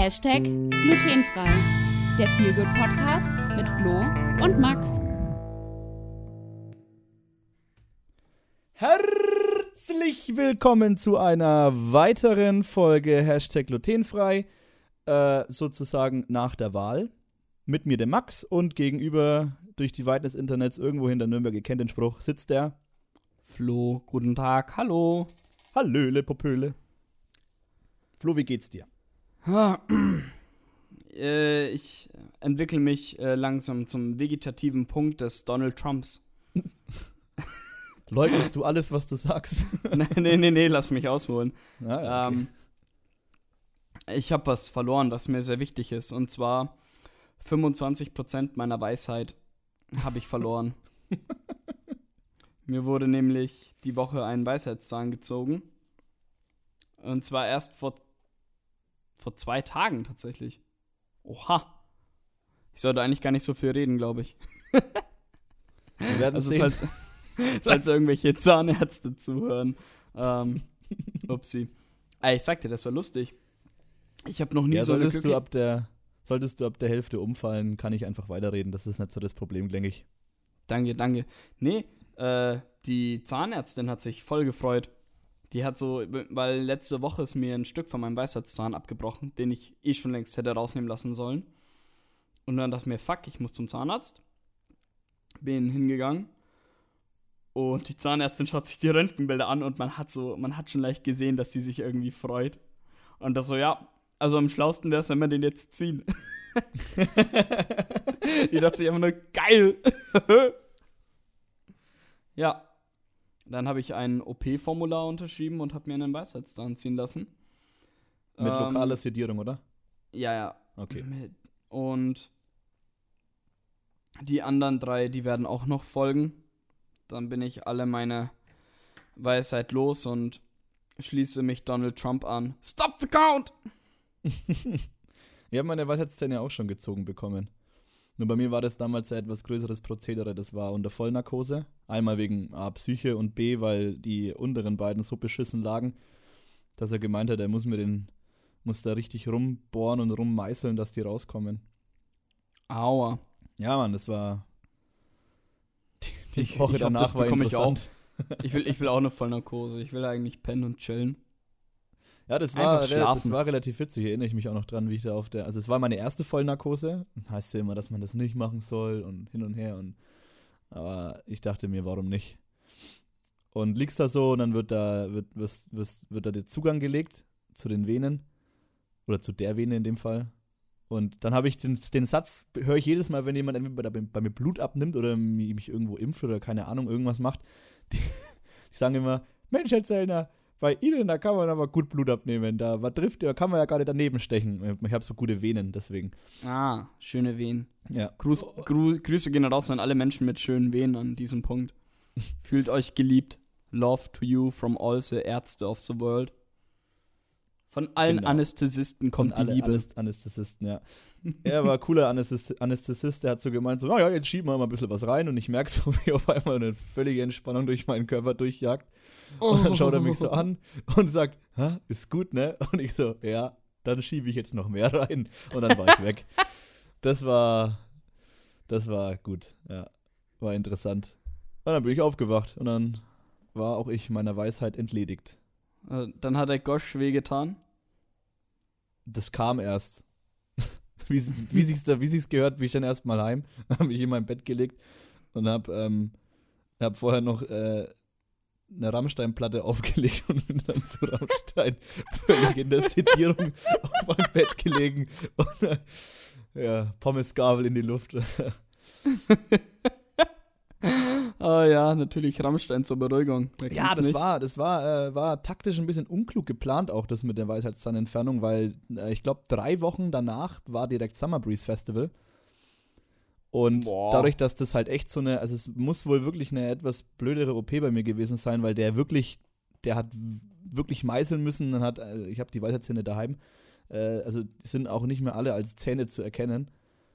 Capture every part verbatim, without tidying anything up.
Hashtag glutenfrei. Der Feelgood-Podcast mit Flo und Max. Herzlich willkommen zu einer weiteren Folge Hashtag glutenfrei. Äh, sozusagen nach der Wahl. Mit mir der Max und gegenüber durch die Weiten des Internets irgendwo hinter Nürnberg, ihr kennt den Spruch, sitzt der Flo, guten Tag, hallo. Hallöle, Popöle. Flo, wie geht's dir? äh, ich entwickle mich äh, langsam zum vegetativen Punkt des Donald Trumps. Leugnest du alles, was du sagst? nee, nee, nee, nee, lass mich ausholen. Ah, ja, okay. ähm, ich habe was verloren, was mir sehr wichtig ist. Und zwar fünfundzwanzig Prozent meiner Weisheit habe ich verloren. Mir wurde nämlich die Woche ein Weisheitszahn gezogen. Und zwar erst vor, vor zwei Tagen tatsächlich. Oha. Ich sollte eigentlich gar nicht so viel reden, glaube ich. Wir werden also sehen. Falls, falls irgendwelche Zahnärzte zuhören. Ähm, upsi. Ey, ich sag dir, das war lustig. Ich habe noch nie ja, so eine solltest Glückli- du ab der Solltest du ab der Hälfte umfallen, kann ich einfach weiterreden. Das ist nicht so das Problem, denke ich. Danke, danke. Nee, äh, die Zahnärztin hat sich voll gefreut. Die hat so, weil letzte Woche ist mir ein Stück von meinem Weisheitszahn abgebrochen, den ich eh schon längst hätte rausnehmen lassen sollen. Und dann dachte ich mir, fuck, ich muss zum Zahnarzt. Bin hingegangen. Und die Zahnärztin schaut sich die Röntgenbilder an und man hat so, man hat schon leicht gesehen, dass sie sich irgendwie freut. Und das so, ja, also am schlausten wäre es, wenn wir den jetzt ziehen. Die dachte sich einfach nur, geil. Ja. Dann habe ich ein O P-Formular unterschrieben und habe mir einen Weisheitszahn ziehen lassen. Mit ähm, lokaler Sedierung, oder? Ja, ja. Okay. Und die anderen drei, die werden auch noch folgen. Dann bin ich alle meine Weisheit los und schließe mich Donald Trump an. Stop the count! Ich habe meine Weisheitszähne auch schon gezogen bekommen. Nur bei mir war das damals ein etwas größeres Prozedere. Das war unter Vollnarkose. Einmal wegen A, Psyche und B, weil die unteren beiden so beschissen lagen, dass er gemeint hat, er muss mir den, muss da richtig rumbohren und rummeißeln, dass die rauskommen. Aua. Ja, Mann, das war die, die Ich- Woche ich hoffe, danach das war bekomme ich interessant. Ich will, ich will auch eine Vollnarkose. Ich will eigentlich pennen und chillen. Ja, das war, Einfach re- schlafen. das war relativ witzig, erinnere ich mich auch noch dran, wie ich da auf der, also es war meine erste Vollnarkose, heißt ja immer, dass man das nicht machen soll und hin und her und, aber ich dachte mir, warum nicht? Und liegst da so und dann wird da, wird, wirst, wirst, wird da der Zugang gelegt zu den Venen, oder zu der Vene in dem Fall, und dann habe ich den, den Satz, höre ich jedes Mal, wenn jemand entweder bei, bei mir Blut abnimmt oder mich irgendwo impft oder keine Ahnung, irgendwas macht, die, die sagen immer, Mensch, Herr Zellner, bei Ihnen, da kann man aber gut Blut abnehmen. Da was trifft, da kann man ja gar nicht daneben stechen. Ich habe so gute Venen, deswegen. Ah, schöne Venen. Ja. Gruß, Gru- Grüße gehen raus an alle Menschen mit schönen Venen an diesem Punkt. Fühlt euch geliebt. Love to you from all the Ärzte of the world. Von allen Genau. Anästhesisten kommt Und alle die Liebe. Anäst- Anästhesisten, ja. Er war ein cooler Anästhes- Anästhesist, der hat so gemeint, so, naja, jetzt schieben wir mal ein bisschen was rein und ich merke so, wie auf einmal eine völlige Entspannung durch meinen Körper durchjagt. Und dann schaut er mich so an und sagt, ha, ist gut, ne? Und ich so, ja, dann schiebe ich jetzt noch mehr rein. Und dann war ich weg. Das war, das war gut, ja. War interessant. Und dann bin ich aufgewacht und dann war auch ich meiner Weisheit entledigt. Äh, Dann hat der Gosch wehgetan. Das kam erst. wie wie sich's da, wie sich's gehört, bin ich dann erstmal heim, habe mich in mein Bett gelegt und habe ähm, hab vorher noch äh, eine Rammstein-Platte aufgelegt und bin dann zu Rammstein völlig in der Sedierung auf mein Bett gelegen und äh, ja, Pommesgabel in die Luft. Ah ja, natürlich Rammstein zur Beruhigung. Wer Ja, kennt's das nicht? war, das war, äh, war taktisch ein bisschen unklug geplant auch, das mit der Weisheitszahnentfernung, weil äh, ich glaube, drei Wochen danach war direkt Summer Breeze Festival. Und Boah. dadurch, dass das halt echt so eine, also es muss wohl wirklich eine etwas blödere O P bei mir gewesen sein, weil der wirklich, der hat w- wirklich meißeln müssen, dann hat, äh, ich habe die Weisheitszähne daheim, äh, also die sind auch nicht mehr alle als Zähne zu erkennen.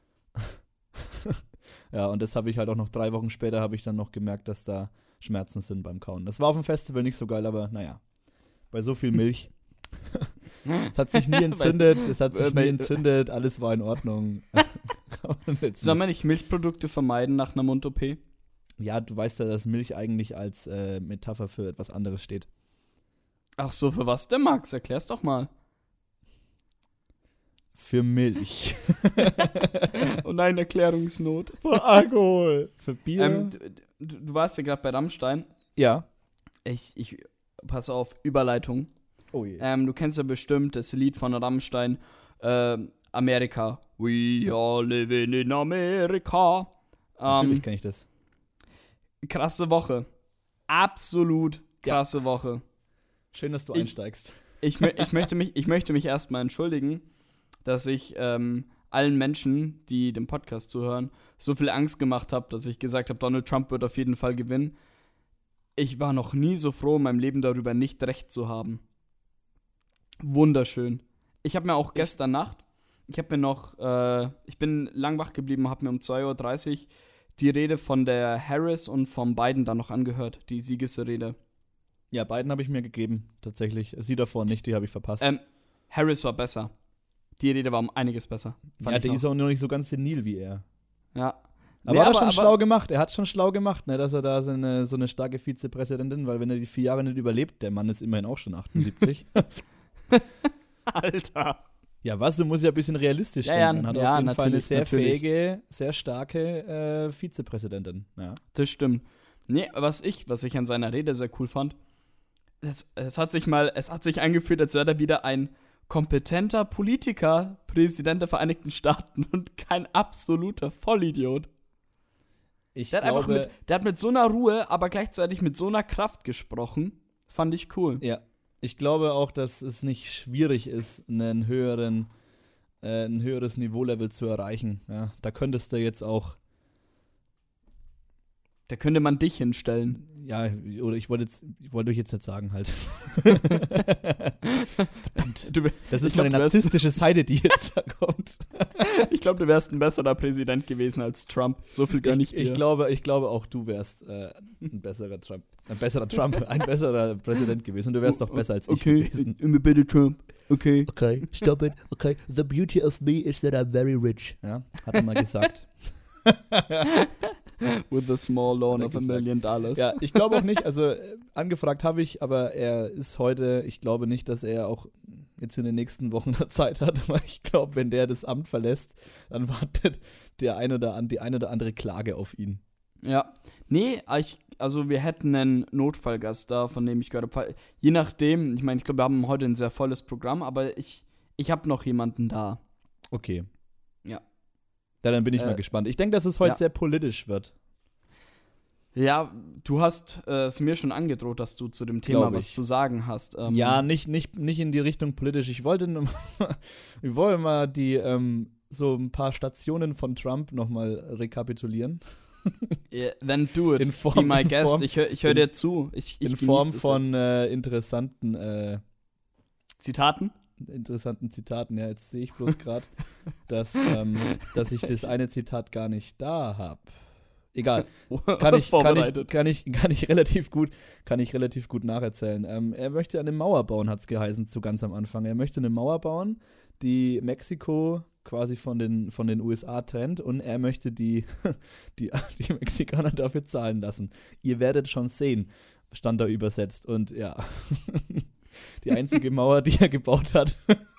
Ja, und das habe ich halt auch noch drei Wochen später, habe ich dann noch gemerkt, dass da Schmerzen sind beim Kauen. Das war auf dem Festival nicht so geil, aber naja, bei so viel Milch Es hat sich nie entzündet, es hat sich Weil- nie entzündet, alles war in Ordnung. Soll man nicht Milchprodukte vermeiden nach einer Mund-O P? Ja, du weißt ja, dass Milch eigentlich als äh, Metapher für etwas anderes steht. Ach so, für was denn, Max? Erklär's doch mal. Für Milch. Und eine Erklärungsnot. Für Alkohol. Für Bier. Ähm, du, du, du warst ja gerade bei Rammstein. ja. Ich, ich, pass auf, Überleitung. Oh je. Ähm, du kennst ja bestimmt das Lied von Rammstein, ähm, Amerika. We are living in America. Natürlich Ähm, kenne ich das. krasse Woche. Absolut krasse Woche. Schön, dass du ich- einsteigst. Ich, mö- ich, möchte mich, ich möchte mich erstmal entschuldigen, dass ich ähm, allen Menschen, die dem Podcast zuhören, so viel Angst gemacht habe, dass ich gesagt habe, Donald Trump wird auf jeden Fall gewinnen. Ich war noch nie so froh in meinem Leben darüber, nicht recht zu haben. Wunderschön. Ich habe mir auch gestern Nacht, ich habe mir noch, äh, ich bin lang wach geblieben, habe mir um zwei Uhr dreißig die Rede von der Harris und von Biden dann noch angehört, die Siegesrede. Ja, beiden habe ich mir gegeben, tatsächlich. Sie davor nicht, die habe ich verpasst. Ähm, Harris war besser. Die Rede war um einiges besser. fand ja, ich der noch. ist auch noch nicht so ganz senil wie er. Ja. Aber Nee, hat er aber- schon aber- schlau gemacht. Er hat schon schlau gemacht, ne, dass er da so eine, so eine starke Vizepräsidentin, weil wenn er die vier Jahre nicht überlebt, der Mann ist immerhin auch schon achtundsiebzig. Alter. Ja, was? Du musst ja ein bisschen realistisch Ja, denken. ja, Man hat ja, auf jeden Fall eine natürlich, sehr natürlich. fähige, sehr starke äh, Vizepräsidentin. Ja. Das stimmt. Nee, was ich, was ich an seiner Rede sehr cool fand, es, es hat sich mal, es hat sich angefühlt, als wäre er wieder ein kompetenter Politiker, Präsident der Vereinigten Staaten und kein absoluter Vollidiot. Ich Der hat einfach glaube, mit, der hat mit so einer Ruhe, aber gleichzeitig mit so einer Kraft gesprochen. Fand ich cool. ja, ich glaube auch, dass es nicht schwierig ist, einen höheren, äh, ein höheres Niveaulevel zu erreichen. Ja, da könntest du jetzt auch, Da könnte man dich hinstellen. ja, oder ich wollte jetzt, ich wollte euch jetzt nicht sagen halt. Du, Das Ich ist glaub, meine du wärst- narzisstische Seite, die jetzt da kommt. ich glaube, du wärst ein besserer Präsident gewesen als Trump. So viel gönn ich Ich, dir. ich, glaube, ich glaube auch, du wärst äh, ein besserer Trump. Ein besserer Trump, ein besserer Präsident gewesen. Und du wärst doch besser als ich gewesen. immer bitte Trump. Okay. Okay, stop it. Okay, the beauty of me is that I'm very rich. Ja, hat er mal gesagt. With a small loan Hat er of a gesagt. million dollars. Ja, ich glaube auch nicht, also äh, angefragt habe ich, aber er ist heute, ich glaube nicht, dass er auch jetzt in den nächsten Wochen Zeit hat, weil ich glaube, wenn der das Amt verlässt, dann wartet der ein oder an, die eine oder andere Klage auf ihn. Ja. Nee, ich, also wir hätten einen Notfallgast da, von dem ich gehört habe. Je nachdem, ich meine, ich glaube, wir haben heute ein sehr volles Programm, aber ich, ich habe noch jemanden da. Okay. Ja. Ja, dann bin ich Äh, mal gespannt. Ich denke, dass es heute ja. sehr politisch wird. Ja, du hast äh, es mir schon angedroht, dass du zu dem Thema Glaub was ich. zu sagen hast. Ähm, Ja, nicht, nicht, nicht in die Richtung politisch. Ich wollte nur mal, ich wollte mal die, ähm, so ein paar Stationen von Trump nochmal rekapitulieren. yeah, then do it. In Form- Be my in guest. Form- ich höre ich hör in- dir zu. Ich, ich In genieß Form das von jetzt. äh, interessanten, äh, Zitaten? interessanten Zitaten. Ja, jetzt sehe ich bloß gerade, dass, ähm, dass ich das eine Zitat gar nicht da habe. Egal. Kann ich, kann, ich, kann, ich, kann ich relativ gut, kann ich relativ gut nacherzählen. Ähm, er möchte eine Mauer bauen, hat es geheißen, zu ganz am Anfang. Er möchte eine Mauer bauen, die Mexiko quasi von den, von den U S A trennt, und er möchte die, die, die Mexikaner dafür zahlen lassen. Ihr werdet schon sehen, stand da übersetzt. Und ja, die einzige Mauer, die er gebaut hat,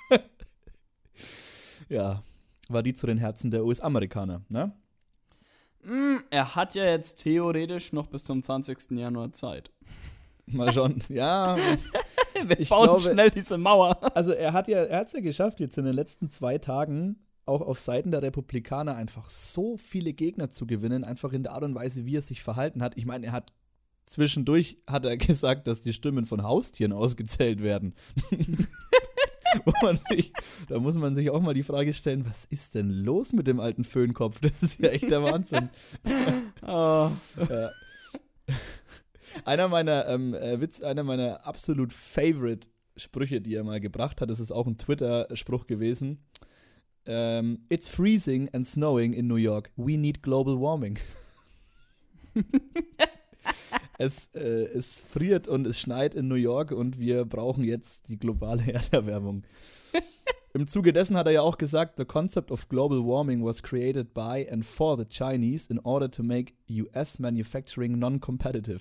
ja, war die zu den Herzen der U S-Amerikaner, ne? Mm, er hat ja jetzt theoretisch noch bis zum zwanzigsten Januar Zeit. Mal schon, ja. Wir Ich bauen glaube- schnell diese Mauer. Also er hat ja, er hat es ja geschafft, jetzt in den letzten zwei Tagen auch auf Seiten der Republikaner einfach so viele Gegner zu gewinnen, einfach in der Art und Weise, wie er sich verhalten hat. Ich meine, er hat zwischendurch hat er gesagt, dass die Stimmen von Haustieren ausgezählt werden. Wo man sich, da muss man sich auch mal die Frage stellen, was ist denn los mit dem alten Föhnkopf? Das ist ja echt der Wahnsinn. Oh. Ja. Einer meiner ähm, äh, Witz, einer meiner absolut favorite Sprüche, die er mal gebracht hat, das ist auch ein Twitter-Spruch gewesen. Ähm, It's freezing and snowing in New York. We need global warming. es, äh, es friert und es schneit in New York und wir brauchen jetzt die globale Erderwärmung. Im Zuge dessen hat er ja auch gesagt, the concept of global warming was created by and for the Chinese in order to make U S manufacturing non-competitive.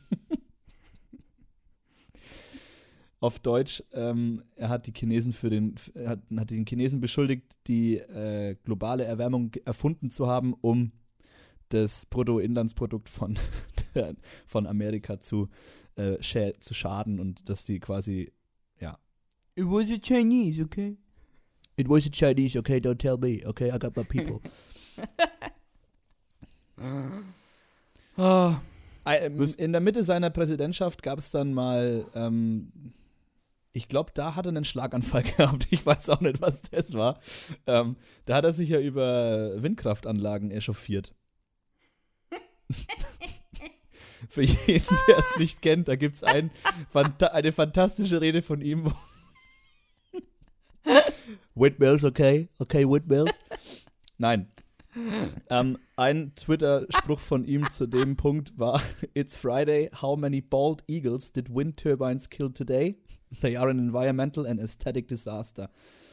Auf Deutsch, ähm, er hat die Chinesen für den, er hat, hat den Chinesen beschuldigt, die äh, globale Erwärmung erfunden zu haben, um das Bruttoinlandsprodukt von, von Amerika zu, äh, schä- zu schaden und dass die quasi, ja. It was a Chinese, okay? It was a Chinese, okay, don't tell me, okay, I got my people. oh. In der Mitte seiner Präsidentschaft gab es dann mal, ähm, ich glaube, da hat er einen Schlaganfall gehabt. Ich weiß auch nicht, was das war. Ähm, da hat er sich ja über Windkraftanlagen echauffiert. Für jeden, der es nicht kennt, da gibt es ein, fanta- eine fantastische Rede von ihm. Windmills, okay? Okay, Windmills? Nein. Ähm, ein Twitter-Spruch von ihm zu dem Punkt war: It's Friday, how many bald eagles did wind turbines kill today? They are an environmental and aesthetic disaster.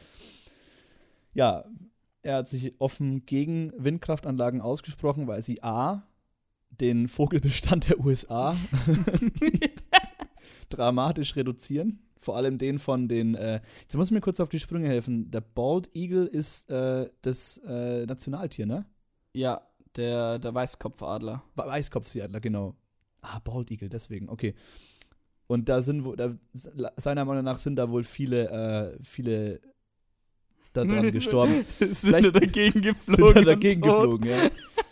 Ja, er hat sich offen gegen Windkraftanlagen ausgesprochen, weil sie a. den Vogelbestand der U S A dramatisch reduzieren. Vor allem den von den, äh, jetzt muss ich mir kurz auf die Sprünge helfen. Der Bald Eagle ist äh, das äh, Nationaltier, ne? Ja, der, der Weißkopfadler. Weißkopfadler, genau. Ah, Bald Eagle, deswegen, okay. Und da sind, wo, da, seiner Meinung nach sind da wohl viele, äh, viele daran gestorben. sind da dagegen geflogen. Sind da dagegen geflogen, ja.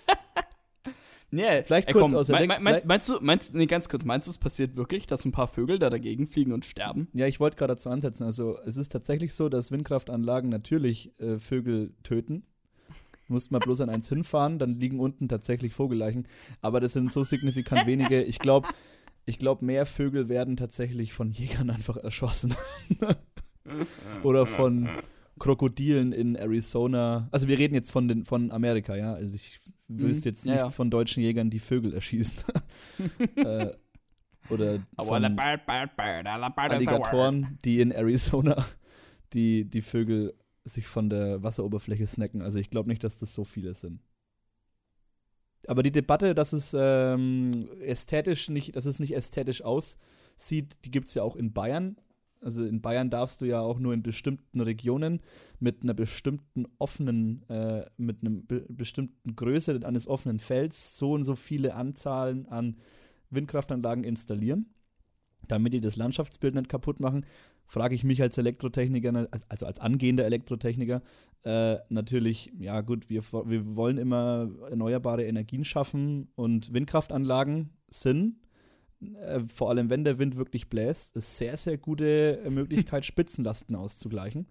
Nee, vielleicht ey, kurz komm, aus der mein, Denk- mein, meinst du, meinst, nee, ganz kurz, meinst du, es passiert wirklich, dass ein paar Vögel da dagegen fliegen und sterben? Ja, ich wollte gerade dazu ansetzen. Also es ist tatsächlich so, dass Windkraftanlagen natürlich äh, Vögel töten. Musst mal bloß an eins hinfahren, dann liegen unten tatsächlich Vogelleichen. Aber das sind so signifikant wenige. Ich glaube, ich glaub, mehr Vögel werden tatsächlich von Jägern einfach erschossen. Oder von Krokodilen in Arizona. Also wir reden jetzt von, den, von Amerika, ja. Also ich wüsste jetzt ja, nichts ja. von deutschen Jägern, die Vögel erschießen. äh, oder von Alligatoren, die in Arizona die, die Vögel sich von der Wasseroberfläche snacken. Also ich glaube nicht, dass das so viele sind. Aber die Debatte, dass es ähm, ästhetisch nicht, dass es nicht ästhetisch aussieht, die gibt es ja auch in Bayern. Also in Bayern darfst du ja auch nur in bestimmten Regionen mit einer bestimmten offenen, äh, mit einer be- bestimmten Größe eines offenen Felds so und so viele Anzahlen an Windkraftanlagen installieren, damit die das Landschaftsbild nicht kaputt machen. Frage ich mich als Elektrotechniker, also als angehender Elektrotechniker, äh, natürlich, ja gut, wir, wir wollen immer erneuerbare Energien schaffen und Windkraftanlagen sind, äh, vor allem wenn der Wind wirklich bläst, ist sehr, sehr gute Möglichkeit, Spitzenlasten auszugleichen.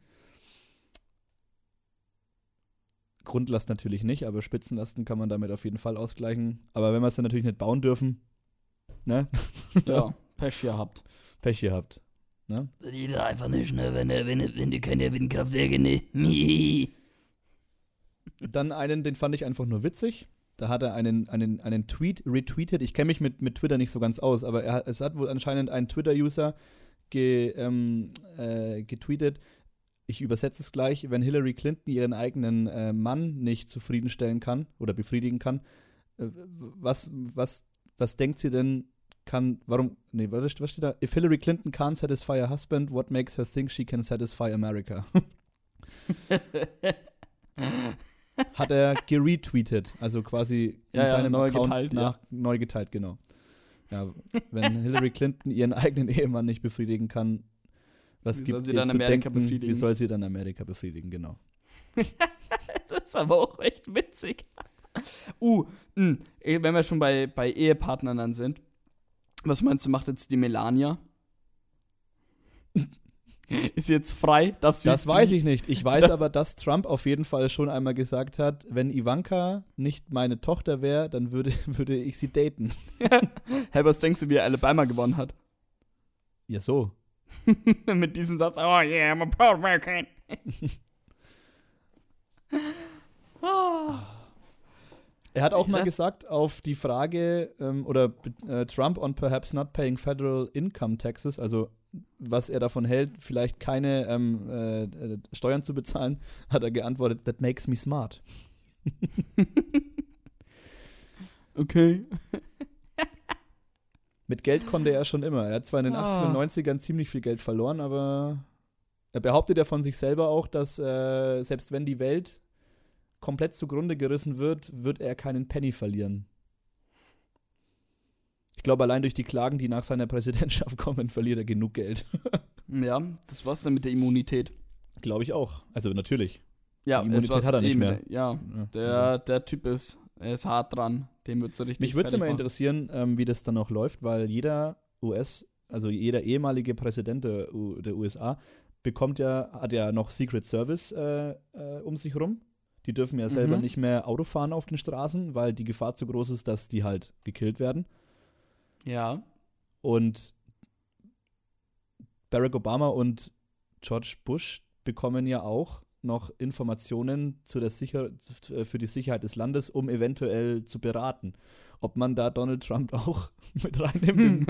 Grundlast natürlich nicht, aber Spitzenlasten kann man damit auf jeden Fall ausgleichen. Aber wenn wir es dann natürlich nicht bauen dürfen, ne? Ja, Pech gehabt. Pech gehabt. Ne? Die da einfach nicht, ne? Wenn, wenn, wenn die keine Windkraftwerke, ne? Dann einen, den fand ich einfach nur witzig. Da hat er einen, einen, einen Tweet retweetet. Ich kenne mich mit, mit Twitter nicht so ganz aus, aber er, es hat wohl anscheinend ein Twitter-User ge, ähm, äh, getweetet. Ich übersetze es gleich. Wenn Hillary Clinton ihren eigenen äh, Mann nicht zufriedenstellen kann oder befriedigen kann, äh, was, was, was denkt sie denn, kann, warum, nee, was steht da? If Hillary Clinton can't satisfy her husband, what makes her think she can satisfy America? Hat er geretweetet, also quasi in ja, ja, seinem neu Account geteilt, nach, ja. neu geteilt, genau. Ja, wenn Hillary Clinton ihren eigenen Ehemann nicht befriedigen kann, was Wie gibt soll sie ihr dann zu Amerika denken, befriedigen? wie soll sie dann Amerika befriedigen, genau. Das ist aber auch echt witzig. Uh, mh, wenn wir schon bei, bei Ehepartnern dann sind, was meinst du, macht jetzt die Melania? Ist sie jetzt frei? Darf sie Das weiß ich nicht. Ich weiß aber, dass Trump auf jeden Fall schon einmal gesagt hat, wenn Ivanka nicht meine Tochter wäre, dann würde, würde ich sie daten. Hey, was denkst du, wie Alabama gewonnen hat? Ja, so. Mit diesem Satz, oh yeah, I'm a proud American. oh. Er hat auch Ich mal dacht- gesagt, auf die Frage, ähm, oder äh, Trump on perhaps not paying federal income taxes, also was er davon hält, vielleicht keine ähm, äh, äh, Steuern zu bezahlen, hat er geantwortet, that makes me smart. Okay. Mit Geld konnte er schon immer. Er hat zwar in den Ah. achtziger und neunzigern ziemlich viel Geld verloren, aber er behauptet ja von sich selber auch, dass äh, selbst wenn die Welt komplett zugrunde gerissen wird, wird er keinen Penny verlieren. Ich glaube, allein durch die Klagen, die nach seiner Präsidentschaft kommen, verliert er genug Geld. Ja, das war's dann mit der Immunität. Glaube ich auch. Also natürlich. Ja, Die Immunität es war's hat er nicht eben, mehr. Ja, Ja, der, also. der Typ ist, er ist hart dran. Dem wird so richtig Mich würde es fertig immer machen. interessieren, ähm, wie das dann auch läuft, weil jeder U S, also jeder ehemalige Präsident der, U- der U S A, bekommt ja, hat ja noch Secret Service äh, äh, um sich rum. Die dürfen ja selber Mhm. nicht mehr Auto fahren auf den Straßen, weil die Gefahr zu groß ist, dass die halt gekillt werden. Ja. Und Barack Obama und George Bush bekommen ja auch noch Informationen zu der Sicher- für die Sicherheit des Landes, um eventuell zu beraten. Ob man da Donald Trump auch mit reinnimmt.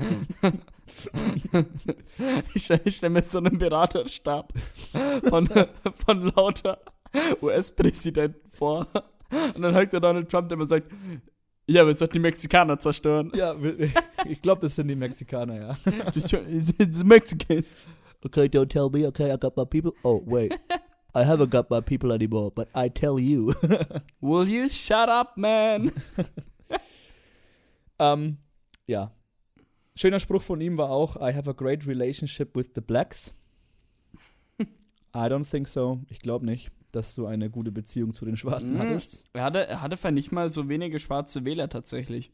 ich stelle stell mir so einen Beraterstab von, von lauter U S-Präsidenten vor. Und dann hört der Donald Trump, der immer sagt, ja, wir sollten die Mexikaner zerstören. Ja, wir- wir- ich glaube, das sind die Mexikaner, ja. Die Mexicans. Okay, don't tell me. Okay, I got my people. Oh, wait. I haven't got my people anymore, but I tell you. Will you shut up, man? Ähm, ja. Schöner Spruch von ihm war auch, I have a great relationship with the blacks. I don't think so. Ich glaube nicht, dass du eine gute Beziehung zu den Schwarzen Mhm. hattest. Er hatte, er hatte vielleicht nicht mal so wenige schwarze Wähler tatsächlich.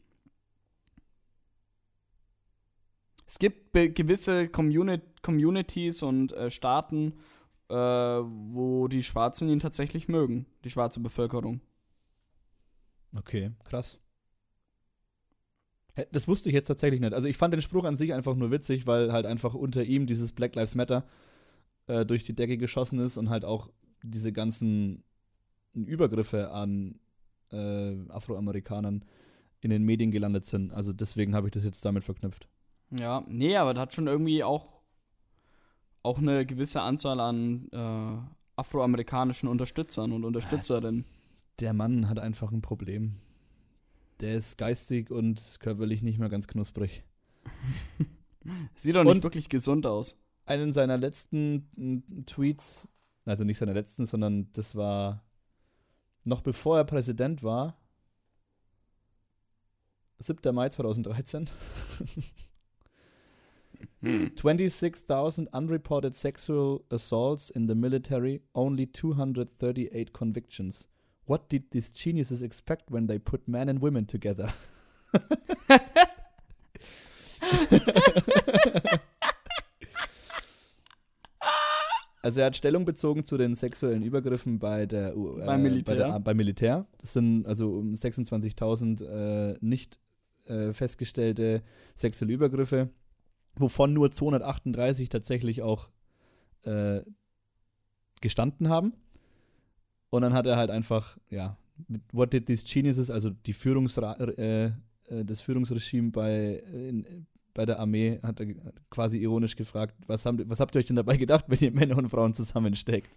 Es gibt be- gewisse Communi- Communities und äh, Staaten, äh, wo die Schwarzen ihn tatsächlich mögen, die schwarze Bevölkerung. Okay, krass. Hä, Das wusste ich jetzt tatsächlich nicht. Also ich fand den Spruch an sich einfach nur witzig, weil halt einfach unter ihm dieses Black Lives Matter äh, durch die Decke geschossen ist und halt auch diese ganzen Übergriffe an äh, Afroamerikanern in den Medien gelandet sind. Also deswegen habe ich das jetzt damit verknüpft. Ja, nee, aber das hat schon irgendwie auch, auch eine gewisse Anzahl an äh, afroamerikanischen Unterstützern und Unterstützerinnen. Der Mann hat einfach ein Problem. Der ist geistig und körperlich nicht mehr ganz knusprig. Sieht doch nicht Und- wirklich gesund aus. Einen seiner letzten mm, Tweets, also nicht seiner letzten, sondern das war noch bevor er Präsident war, siebter Mai zweitausenddreizehn. twenty-six thousand unreported sexual assaults in the military, only two hundred thirty-eight convictions. What did these geniuses expect when they put men and women together? Also er hat Stellung bezogen zu den sexuellen Übergriffen bei der U- äh, Beim Militär. Bei der, beim Militär. Das sind also um sechsundzwanzigtausend äh, nicht äh, festgestellte sexuelle Übergriffe, wovon nur zweihundertachtunddreißig tatsächlich auch äh, gestanden haben. Und dann hat er halt einfach, ja, what did these geniuses, also die Führungsra äh, äh, das Führungsregime bei, in, bei der Armee, hat er quasi ironisch gefragt, was, haben, was habt ihr euch denn dabei gedacht, wenn ihr Männer und Frauen zusammensteckt?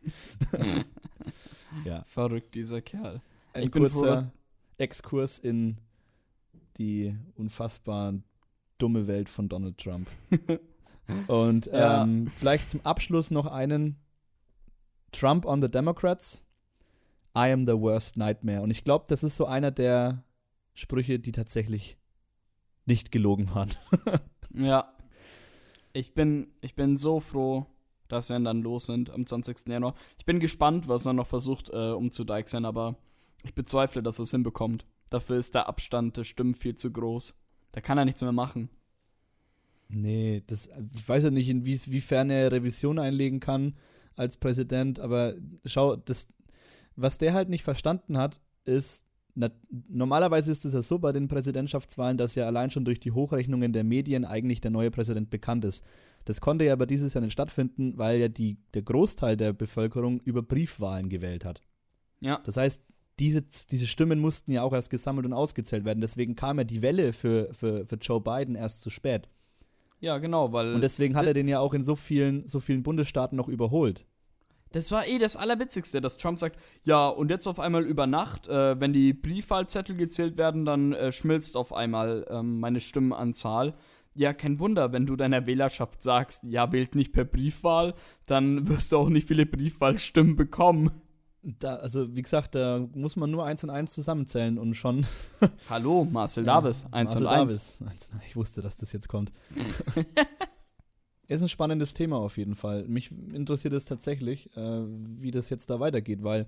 Ja, Verrückt, dieser Kerl. ein Ich bin froh, dass- kurzer Exkurs in die unfassbar dumme Welt von Donald Trump. Und Ja. ähm, vielleicht zum Abschluss noch einen Trump on the Democrats. I am the worst nightmare. Und ich glaube, das ist so einer der Sprüche, die tatsächlich nicht gelogen waren. Ja. Ich bin, ich bin so froh, dass wir dann los sind am zwanzigsten Januar. Ich bin gespannt, was er noch versucht äh, umzudeichseln, aber ich bezweifle, dass er es hinbekommt. Dafür ist der Abstand der Stimmen viel zu groß. Da kann er nichts mehr machen. Nee, das, ich weiß ja nicht, inwiefern er Revision einlegen kann als Präsident, aber schau, das, was der halt nicht verstanden hat, ist, na, normalerweise ist es ja so bei den Präsidentschaftswahlen, dass ja allein schon durch die Hochrechnungen der Medien eigentlich der neue Präsident bekannt ist. Das konnte ja aber dieses Jahr nicht stattfinden, weil ja die, der Großteil der Bevölkerung über Briefwahlen gewählt hat. Ja. Das heißt, diese, diese Stimmen mussten ja auch erst gesammelt und ausgezählt werden. Deswegen kam ja die Welle für, für, für Joe Biden erst zu spät. Ja, genau, weil. Und deswegen hat er den ja auch in so vielen, so vielen Bundesstaaten noch überholt. Das war eh das Allerwitzigste, dass Trump sagt, ja, und jetzt auf einmal über Nacht, äh, wenn die Briefwahlzettel gezählt werden, dann äh, schmilzt auf einmal ähm, meine Stimmenanzahl. Ja, kein Wunder, wenn du deiner Wählerschaft sagst, ja, wählt nicht per Briefwahl, dann wirst du auch nicht viele Briefwahlstimmen bekommen. Da, also, wie gesagt, da muss man nur eins und eins zusammenzählen und schon. Hallo, Marcel Davis, eins Marcel und eins. Davis. Ich wusste, dass das jetzt kommt. Ist ein spannendes Thema auf jeden Fall. Mich interessiert es tatsächlich, äh, wie das jetzt da weitergeht, weil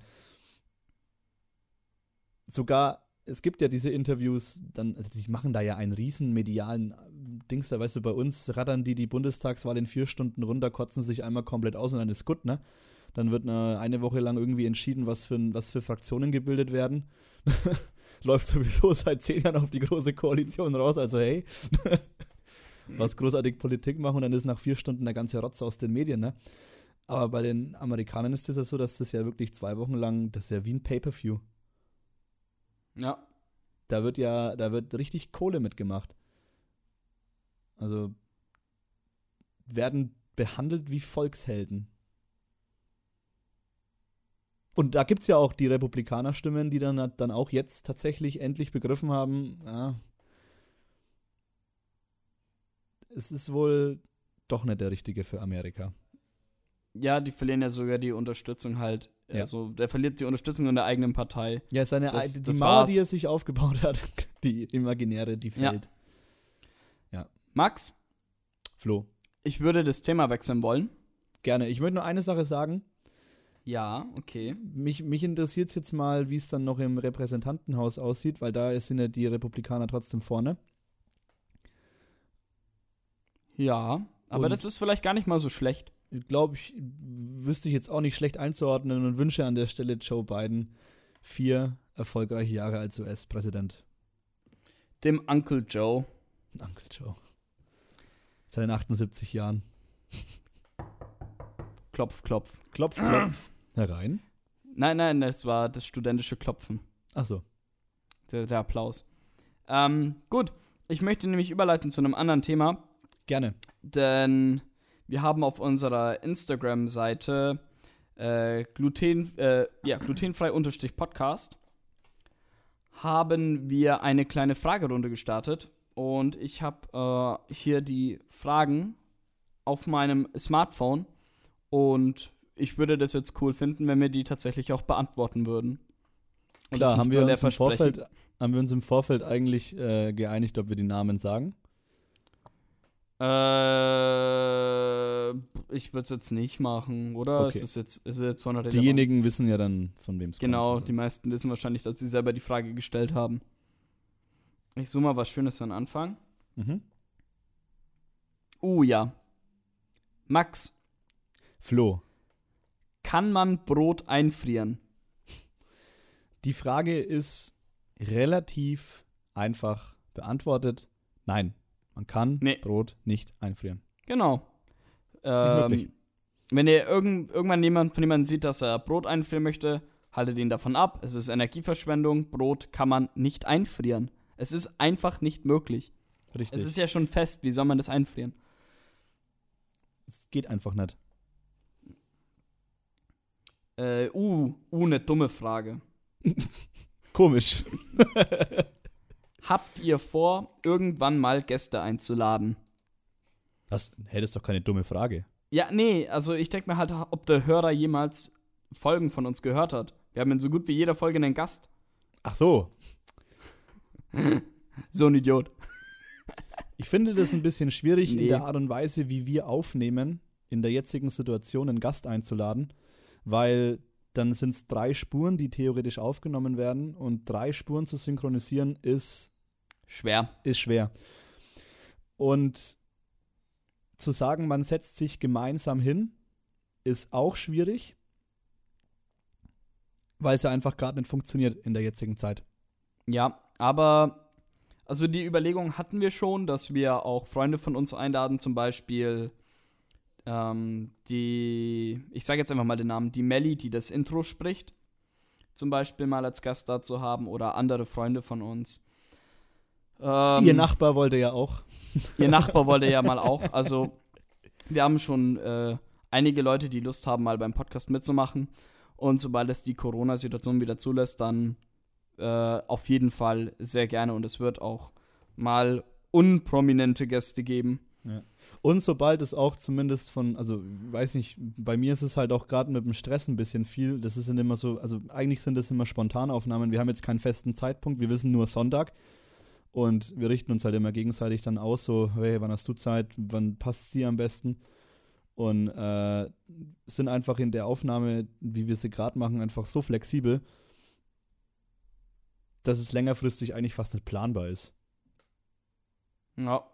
sogar, es gibt ja diese Interviews, dann, also die machen da ja einen riesen medialen Dings, da weißt du, bei uns rattern die die Bundestagswahl in vier Stunden runter, kotzen sich einmal komplett aus und dann ist gut, ne? Dann wird eine, eine Woche lang irgendwie entschieden, was für, was für Fraktionen gebildet werden. Läuft sowieso seit zehn Jahren auf die große Koalition raus, also hey, was großartig Politik machen und dann ist nach vier Stunden der ganze Rotz aus den Medien, ne? Aber bei den Amerikanern ist es ja so, dass das ja wirklich zwei Wochen lang, das ist ja wie ein Pay-Per-View. Ja. Da wird ja, da wird richtig Kohle mitgemacht. Also werden behandelt wie Volkshelden. Und da gibt es ja auch die Republikanerstimmen, die dann, dann auch jetzt tatsächlich endlich begriffen haben, ja, es ist wohl doch nicht der Richtige für Amerika. Ja, die verlieren ja sogar die Unterstützung halt. Ja. Also, der verliert die Unterstützung in der eigenen Partei. Ja, seine Das- die das Mauer, war's. die er sich aufgebaut hat, die imaginäre, die Ja. fällt. Max, Flo, ich würde das Thema wechseln wollen. gerne. Ich möchte nur eine Sache sagen. Ja, okay. Mich, mich interessiert es jetzt mal, wie es dann noch im Repräsentantenhaus aussieht, weil da sind ja die Republikaner trotzdem vorne. Ja, aber Und- das ist vielleicht gar nicht mal so schlecht. Glaube ich, wüsste ich jetzt auch nicht schlecht einzuordnen und wünsche an der Stelle Joe Biden vier erfolgreiche Jahre als U S-Präsident. Dem Uncle Joe. Uncle Joe. Seinen achtundsiebzig Jahren. Klopf, klopf. Klopf, klopf. Herein. Nein, nein, das war das studentische Klopfen. Achso. Der, der Applaus. Ähm, gut. Ich möchte nämlich überleiten zu einem anderen Thema, Gerne. denn wir haben auf unserer Instagram-Seite äh, gluten, äh, ja, glutenfrei-podcast haben wir eine kleine Fragerunde gestartet und ich habe äh, hier die Fragen auf meinem Smartphone und ich würde das jetzt cool finden, wenn wir die tatsächlich auch beantworten würden. Und Klar, das haben nicht wir, nur leer uns im versprechen. Vorfeld, haben wir uns im Vorfeld eigentlich äh, geeinigt, ob wir die Namen sagen? Äh, ich würde es jetzt nicht machen, oder? Okay. Ist es jetzt, ist es jetzt so eine Relevanz? Diejenigen wissen ja dann, von wem es kommt. Genau, Also. die meisten wissen wahrscheinlich, dass sie selber die Frage gestellt haben. Ich suche mal was Schönes für den Anfang. Mhm. Uh, ja. Max, Flo, kann man Brot einfrieren? die Frage ist relativ einfach beantwortet. Nein, man kann Nee. Brot nicht einfrieren. Genau. nicht Ähm, möglich. wenn ihr irgend, irgendwann jemand von jemandem sieht, dass er Brot einfrieren möchte, haltet ihn davon ab. Es ist Energieverschwendung. Brot kann man nicht einfrieren. Es ist einfach nicht möglich. Richtig. Es ist ja schon fest. Wie soll man das einfrieren? Es geht einfach nicht. Äh, uh, uh, eine dumme Frage. Komisch. Habt ihr vor, irgendwann mal Gäste einzuladen? Das, hey, das ist doch keine dumme Frage. Ja, nee, also ich denke mir halt, ob der Hörer jemals Folgen von uns gehört hat. Wir haben in so gut wie jeder Folge einen Gast. Ach so. So ein Idiot. Ich finde das ein bisschen schwierig Nee. in der Art und Weise, wie wir aufnehmen, in der jetzigen Situation einen Gast einzuladen, weil dann sind es drei Spuren, die theoretisch aufgenommen werden und drei Spuren zu synchronisieren ist, Schwer. ist schwer. Und zu sagen, man setzt sich gemeinsam hin, ist auch schwierig, weil es ja einfach gerade nicht funktioniert in der jetzigen Zeit. Ja, aber also die Überlegung hatten wir schon, dass wir auch Freunde von uns einladen, zum Beispiel ähm, die, ich sage jetzt einfach mal den Namen, die Melli, die das Intro spricht. zum Beispiel mal als Gast da zu haben oder andere Freunde von uns. Ähm, Ihr Nachbar wollte ja auch. Ihr Nachbar wollte ja mal auch. Also wir haben schon äh, einige Leute, die Lust haben, mal beim Podcast mitzumachen. Und sobald es die Corona-Situation wieder zulässt, dann äh, auf jeden Fall sehr gerne. Und es wird auch mal unprominente Gäste geben. Ja. Und sobald es auch zumindest von, also weiß nicht, bei mir ist es halt auch gerade mit dem Stress ein bisschen viel. Das ist dann immer so, also eigentlich sind das immer Spontanaufnahmen. Wir haben jetzt keinen festen Zeitpunkt, wir wissen nur Sonntag. Und wir richten uns halt immer gegenseitig dann aus, so, hey, wann hast du Zeit, wann passt sie am besten? Und äh, sind einfach in der Aufnahme, wie wir sie gerade machen, einfach so flexibel, dass es längerfristig eigentlich fast nicht planbar ist. Ja.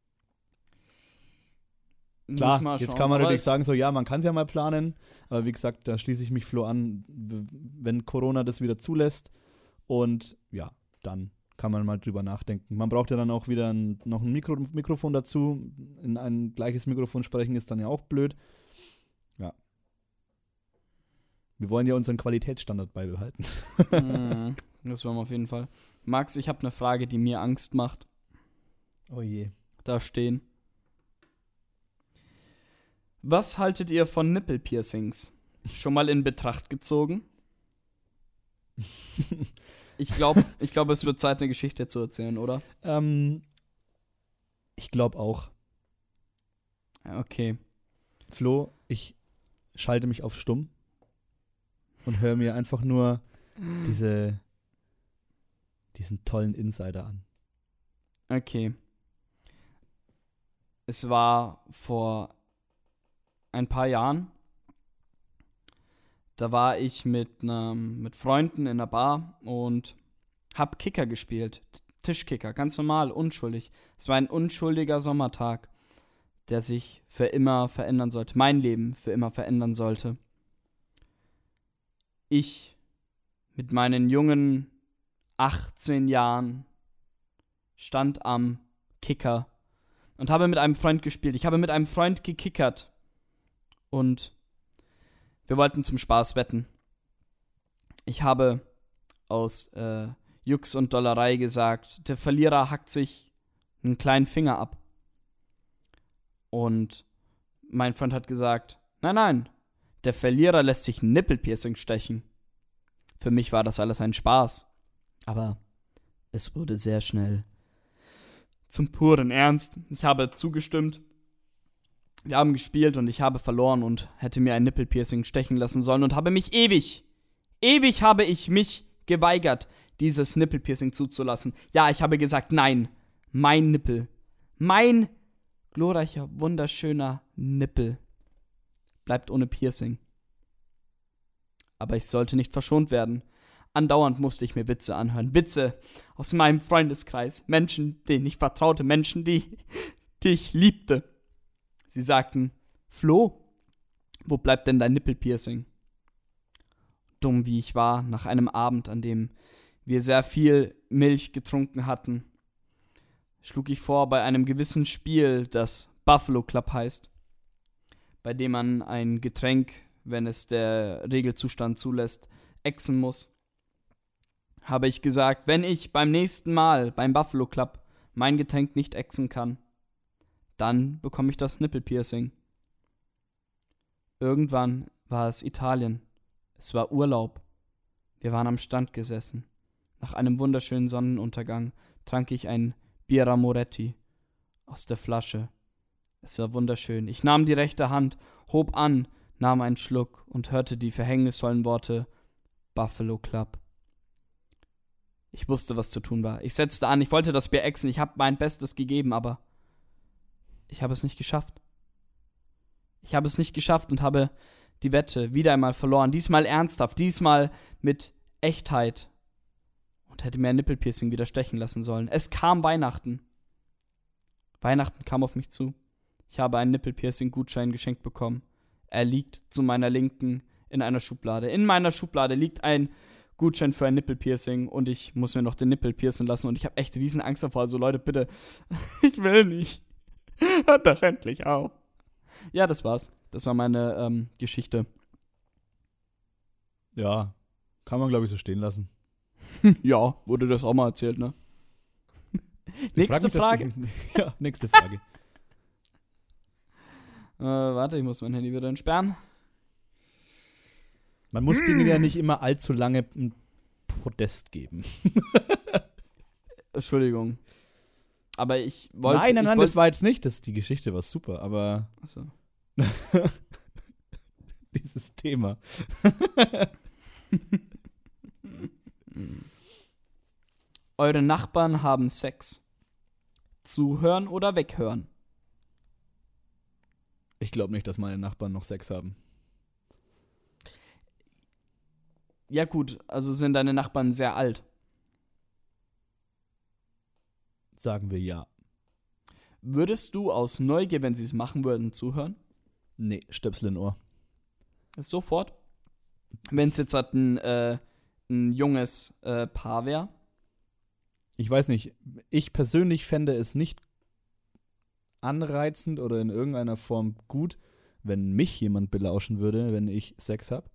Klar, jetzt kann man natürlich sagen, so, ja, man kann es ja mal planen, aber wie gesagt, da schließe ich mich Flo an, wenn Corona das wieder zulässt und ja, dann kann man mal drüber nachdenken. Man braucht ja dann auch wieder ein, noch ein Mikro, Mikrofon dazu. In ein gleiches Mikrofon sprechen ist dann ja auch blöd. Ja. Wir wollen ja unseren Qualitätsstandard beibehalten. mm, das wollen wir auf jeden Fall. Max, ich habe eine Frage, die mir Angst macht. Oh je. Da stehen. Was haltet ihr von Nippelpiercings? Schon mal in Betracht gezogen? Ich glaube, ich glaub, es wird Zeit, eine Geschichte zu erzählen, oder? Ähm, ich glaube auch. Okay. Flo, ich schalte mich auf stumm und höre mir einfach nur diese, diesen tollen Insider an. Okay. Es war vor ein paar Jahren. Da war ich mit, ähm, mit Freunden in der Bar und hab Kicker gespielt. Tischkicker, ganz normal, unschuldig. Es war ein unschuldiger Sommertag, der sich für immer verändern sollte. Mein Leben für immer verändern sollte. Ich mit meinen jungen achtzehn Jahren stand am Kicker und habe mit einem Freund gespielt. Ich habe mit einem Freund gekickert und wir wollten zum Spaß wetten. Ich habe aus äh, Jux und Dollerei gesagt, der Verlierer hackt sich einen kleinen Finger ab. Und mein Freund hat gesagt, nein, nein, der Verlierer lässt sich ein Nippelpiercing stechen. Für mich war das alles ein Spaß. Aber es wurde sehr schnell zum puren Ernst. Ich habe zugestimmt. Wir haben gespielt und ich habe verloren und hätte mir ein Nippelpiercing stechen lassen sollen und habe mich ewig, ewig habe ich mich geweigert, dieses Nippelpiercing zuzulassen. Ja, ich habe gesagt, nein, mein Nippel, mein glorreicher, wunderschöner Nippel bleibt ohne Piercing. Aber ich sollte nicht verschont werden. Andauernd musste ich mir Witze anhören. Witze aus meinem Freundeskreis. Menschen, denen ich vertraute. Menschen, die, die ich liebte. Sie sagten, Flo, wo bleibt denn dein Nippelpiercing? Dumm wie ich war, nach einem Abend, an dem wir sehr viel Milch getrunken hatten, schlug ich vor, bei einem gewissen Spiel, das Buffalo Club heißt, bei dem man ein Getränk, wenn es der Regelzustand zulässt, ächzen muss, habe ich gesagt, wenn ich beim nächsten Mal beim Buffalo Club mein Getränk nicht ächzen kann, dann bekomme ich das Nippelpiercing. Irgendwann war es Italien. Es war Urlaub. Wir waren am Strand gesessen. Nach einem wunderschönen Sonnenuntergang trank ich ein Birra Moretti aus der Flasche. Es war wunderschön. Ich nahm die rechte Hand, hob an, nahm einen Schluck und hörte die verhängnisvollen Worte Buffalo Club. Ich wusste, was zu tun war. Ich setzte an, ich wollte das Bier ächzen, ich habe mein Bestes gegeben, aber ich habe es nicht geschafft. Ich habe es nicht geschafft und habe die Wette wieder einmal verloren. Diesmal ernsthaft, diesmal mit Echtheit. Und hätte mir ein Nippelpiercing wieder stechen lassen sollen. Es kam Weihnachten. Weihnachten kam auf mich zu. Ich habe einen Nippelpiercing-Gutschein geschenkt bekommen. Er liegt zu meiner Linken in einer Schublade. In meiner Schublade liegt ein Gutschein für ein Nippelpiercing und ich muss mir noch den Nippel piercen lassen und ich habe echt riesen Angst davor. Also Leute, bitte, ich will nicht. Hört doch endlich auf. Ja, das war's. Das war meine ähm, Geschichte. Ja, Kann man, glaube ich, so stehen lassen. Ja, wurde das auch mal erzählt, ne? Ich Nächste frag mich, Frage. dass ich- ja, nächste Frage. Äh, warte, ich muss mein Handy wieder entsperren. Man muss Dingen ja nicht immer allzu lange ein Podest geben. Entschuldigung. Aber ich wollte. nein, nein, ich nein, wollt, das war jetzt nicht. Das, die Geschichte war super, aber Achso. dieses Thema. Eure Nachbarn haben Sex. Zuhören oder weghören? Ich glaube nicht, dass meine Nachbarn noch Sex haben. Ja, gut, also sind deine Nachbarn sehr alt. Sagen wir ja. Würdest du aus Neugier, wenn sie es machen würden, zuhören? Nee, Stöpsel in Ohr. Sofort. Wenn es jetzt halt ein, äh, ein junges äh, Paar wäre. Ich weiß nicht, ich persönlich fände es nicht anreizend oder in irgendeiner Form gut, wenn mich jemand belauschen würde, wenn ich Sex habe.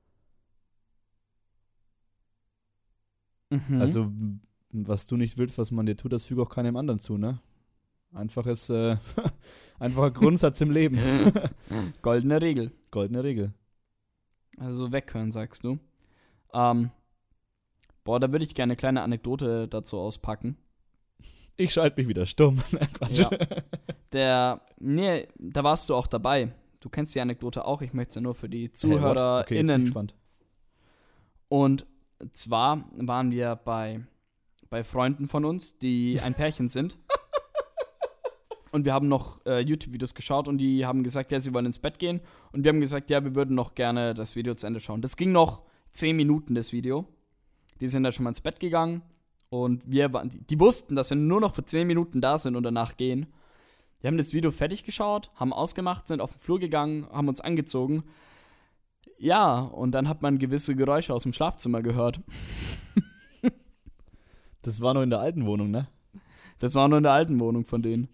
Mhm. Also, w- was du nicht willst, was man dir tut, das füge auch keinem anderen zu, ne? Einfaches, äh, einfacher Grundsatz im Leben. Goldene Regel. Goldene Regel. Also weghören, sagst du. Ähm, boah, da würde ich gerne eine kleine Anekdote dazu auspacken. Ich schalte mich wieder stumm. Nein, Quatsch. Ja. Der, nee, da warst du auch dabei. Du kennst die Anekdote auch, ich möchte es ja nur für die Hey, what? Okay, jetzt bin ich ZuhörerInnen. gespannt. Und zwar waren wir bei, bei Freunden von uns, die ein Pärchen sind. Und wir haben noch äh, YouTube-Videos geschaut und die haben gesagt, ja, sie wollen ins Bett gehen. Und wir haben gesagt, ja, wir würden noch gerne das Video zu Ende schauen. Das ging noch zehn Minuten, das Video. Die sind dann schon mal ins Bett gegangen. Und wir waren, die, die wussten, dass wir nur noch für zehn Minuten da sind und danach gehen. Wir haben das Video fertig geschaut, haben ausgemacht, sind auf den Flur gegangen, haben uns angezogen. Ja, und dann hat man gewisse Geräusche aus dem Schlafzimmer gehört. Das war noch in der alten Wohnung, ne? Das war nur in der alten Wohnung von denen.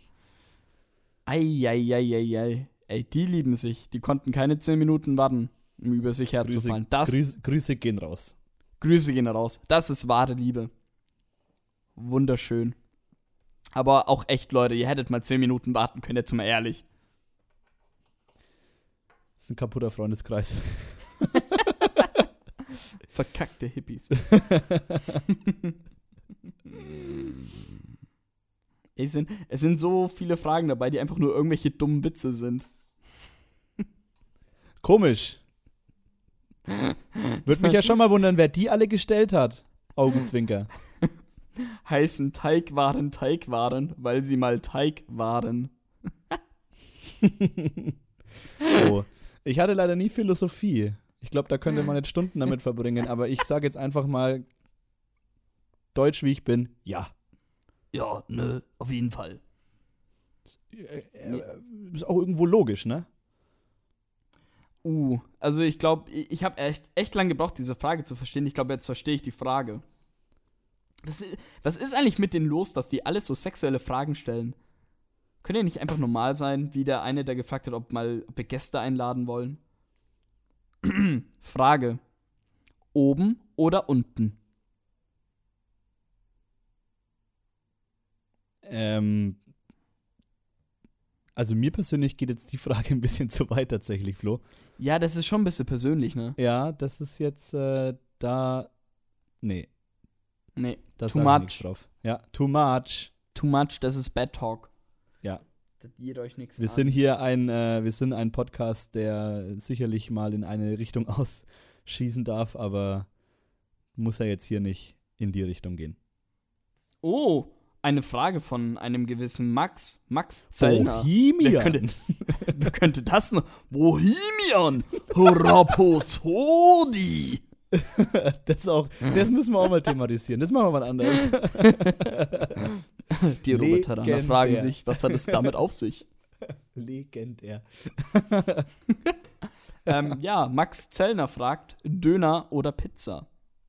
Eieieiei. Ey, die lieben sich. Die konnten keine zehn Minuten warten, um über sich herzufallen. Das, Grüße, Grüße gehen raus. Grüße gehen raus. Das ist wahre Liebe. Wunderschön. Aber auch echt, Leute, ihr hättet mal zehn Minuten warten können, jetzt mal ehrlich. Das ist ein kaputter Freundeskreis. Verkackte Hippies. es, sind, es sind so viele Fragen dabei, die einfach nur irgendwelche dummen Witze sind. Komisch. Würde mich ja schon mal wundern, wer die alle gestellt hat. Augenzwinker. Heißen Teigwaren Teigwaren, weil sie mal Teig waren. Oh. Ich hatte leider nie Philosophie. Ich glaube, da könnte man jetzt Stunden damit verbringen, aber ich sage jetzt einfach mal, deutsch wie ich bin, ja. Ja, nö, auf jeden Fall. Äh, äh, Ist auch irgendwo logisch, ne? Uh, also ich glaube, ich, ich habe echt, echt lange gebraucht, diese Frage zu verstehen. Ich glaube, jetzt verstehe ich die Frage. Was ist, was ist eigentlich mit denen los, dass die alles so sexuelle Fragen stellen? Können ja nicht einfach normal sein, wie der eine, der gefragt hat, ob, mal, ob wir Gäste einladen wollen? Frage. Oben oder unten? Ähm, also mir persönlich geht jetzt die Frage ein bisschen zu weit tatsächlich, Flo. Ja, das ist schon ein bisschen persönlich, ne? Ja, das ist jetzt äh, da, nee, Nee, da Too sag ich much. nichts drauf. Ja, too much. too much, das ist Bad Talk. Ja. Das geht euch nichts Wir an. sind hier ein, äh, wir sind ein Podcast, der sicherlich mal in eine Richtung ausschießen darf, aber muss ja jetzt hier nicht in die Richtung gehen. Oh, eine Frage von einem gewissen Max. Max Zellner. Bohemian. Wer könnte, wer könnte das noch? Bohemian! Raposodi! Das auch, das müssen wir auch mal thematisieren. Das machen wir mal anders. Die Roboteraner Legendär. fragen sich, was hat es damit auf sich? Legendär. ähm, ja, Max Zellner fragt, Döner oder Pizza?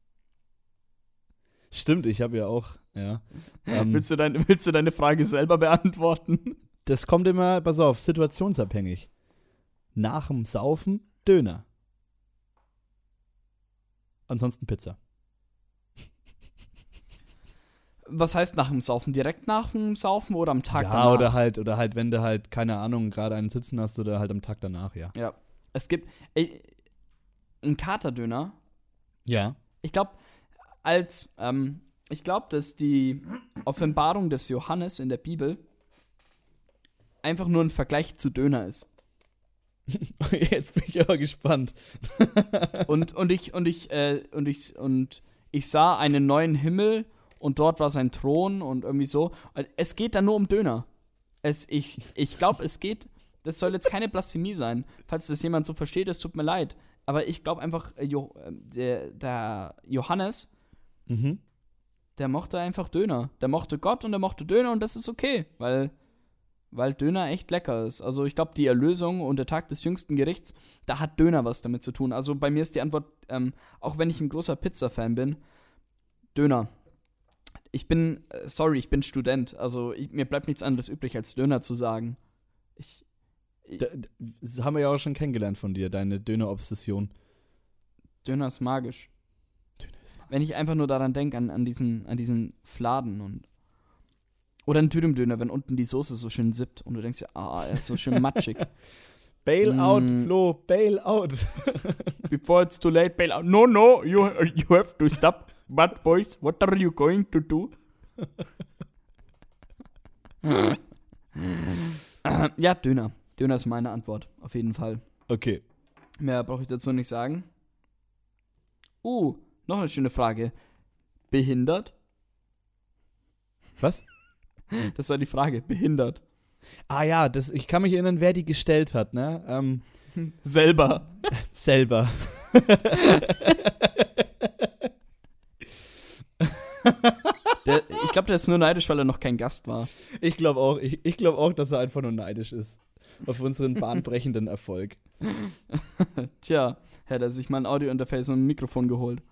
Stimmt, ich habe ja auch, ja. Ähm, Willst du, dein, willst du deine Frage selber beantworten? das kommt immer, pass auf, situationsabhängig. Nach dem Saufen Döner. ansonsten Pizza. Was heißt nach dem Saufen? Direkt nach dem Saufen oder am Tag ja, danach? oder halt, oder halt, wenn du halt, keine Ahnung, gerade einen sitzen hast oder halt am Tag danach, ja. Ja. Es gibt ey, einen Katerdöner. Ja. Ich glaube, als, ähm, ich glaube, dass die Offenbarung des Johannes in der Bibel einfach nur ein Vergleich zu Döner ist. Jetzt bin ich aber gespannt. und, und ich, und ich, äh, und ich, und ich sah einen neuen Himmel und dort war sein Thron und irgendwie so. Es geht da nur um Döner. Es, ich ich glaube, es geht, das soll jetzt keine Blasphemie sein. Falls das jemand so versteht, es tut mir leid. Aber ich glaube einfach, äh, jo, äh, der, der Johannes, Mhm. der mochte einfach Döner. Der mochte Gott und der mochte Döner und das ist okay, weil, weil Döner echt lecker ist. Also ich glaube, die Erlösung und der Tag des jüngsten Gerichts, da hat Döner was damit zu tun. Also bei mir ist die Antwort, ähm, auch wenn ich ein großer Pizza-Fan bin, Döner. Ich bin, äh, sorry, ich bin Student. Also ich, mir bleibt nichts anderes übrig, als Döner zu sagen. Ich, Da, das haben wir ja auch schon kennengelernt von dir, deine Döner-Obsession. Döner ist magisch. Döner ist magisch. Wenn ich einfach nur daran denke, an, an, diesen, an diesen Fladen und. Oder ein Dürümdöner, wenn unten die Soße so schön sippt und du denkst ja, ah, er ist so schön matschig. Bail out, Mm. Flo, bail out. Before it's too late, bail out. No, no, you, you have to stop. But boys, what are you going to do? Ja, Döner. Döner ist meine Antwort, auf jeden Fall. Okay. Mehr brauche ich dazu nicht sagen. Uh, noch eine schöne Frage. Behindert? Was? Das war die Frage. Behindert. Ah ja, das, ich kann mich erinnern, wer die gestellt hat, ne? Ähm, Selber. selber. Der, ich glaube, der ist nur neidisch, weil er noch kein Gast war. Ich glaube auch, ich, ich glaube auch, dass er einfach nur neidisch ist. Auf unseren bahnbrechenden Erfolg. Tja, hätte er sich mal ein Audio-Interface und ein Mikrofon geholt.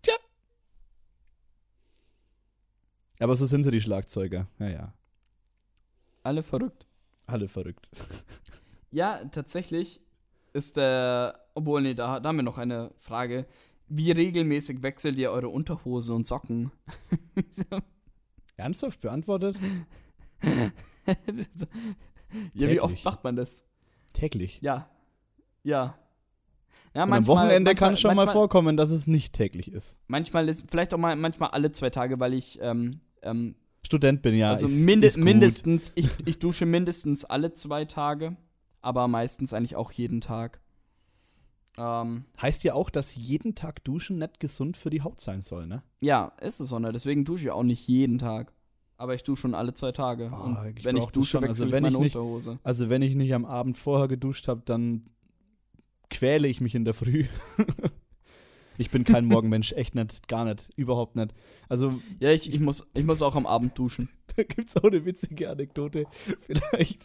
Aber so sind sie, die Schlagzeuger. Ja, ja. Alle verrückt. Alle verrückt. Ja, tatsächlich ist der, obwohl, nee, da, da haben wir noch eine Frage. Wie regelmäßig wechselt ihr eure Unterhose und Socken? Ernsthaft beantwortet? Ja, wie Täglich. oft macht man das? Täglich. Ja. Ja. Ja, Und am Wochenende kann manchmal, es schon mal manchmal, vorkommen, dass es nicht täglich ist. Manchmal ist, vielleicht auch mal, manchmal alle zwei Tage, weil ich, ähm, ähm, Student bin ja. also ist, minde ist gut. mindestens, ich, ich dusche mindestens alle zwei Tage, aber meistens eigentlich auch jeden Tag. Ähm, Heißt ja auch, dass jeden Tag duschen nicht gesund für die Haut sein soll, ne? ja, ist es auch nicht. Deswegen dusche ich auch nicht jeden Tag. Aber ich dusche schon alle zwei Tage. Oh, Und ich wenn ich brauch das dusche, schon. wechsle Also ich wenn meine ich nicht- Unterhose. Also wenn ich nicht am Abend vorher geduscht habe, dann quäle ich mich in der Früh. Ich bin kein Morgenmensch, echt nicht, gar nicht, überhaupt nicht. Also Ja, ich, ich, muss, ich muss auch am Abend duschen. da gibt es auch eine witzige Anekdote, vielleicht.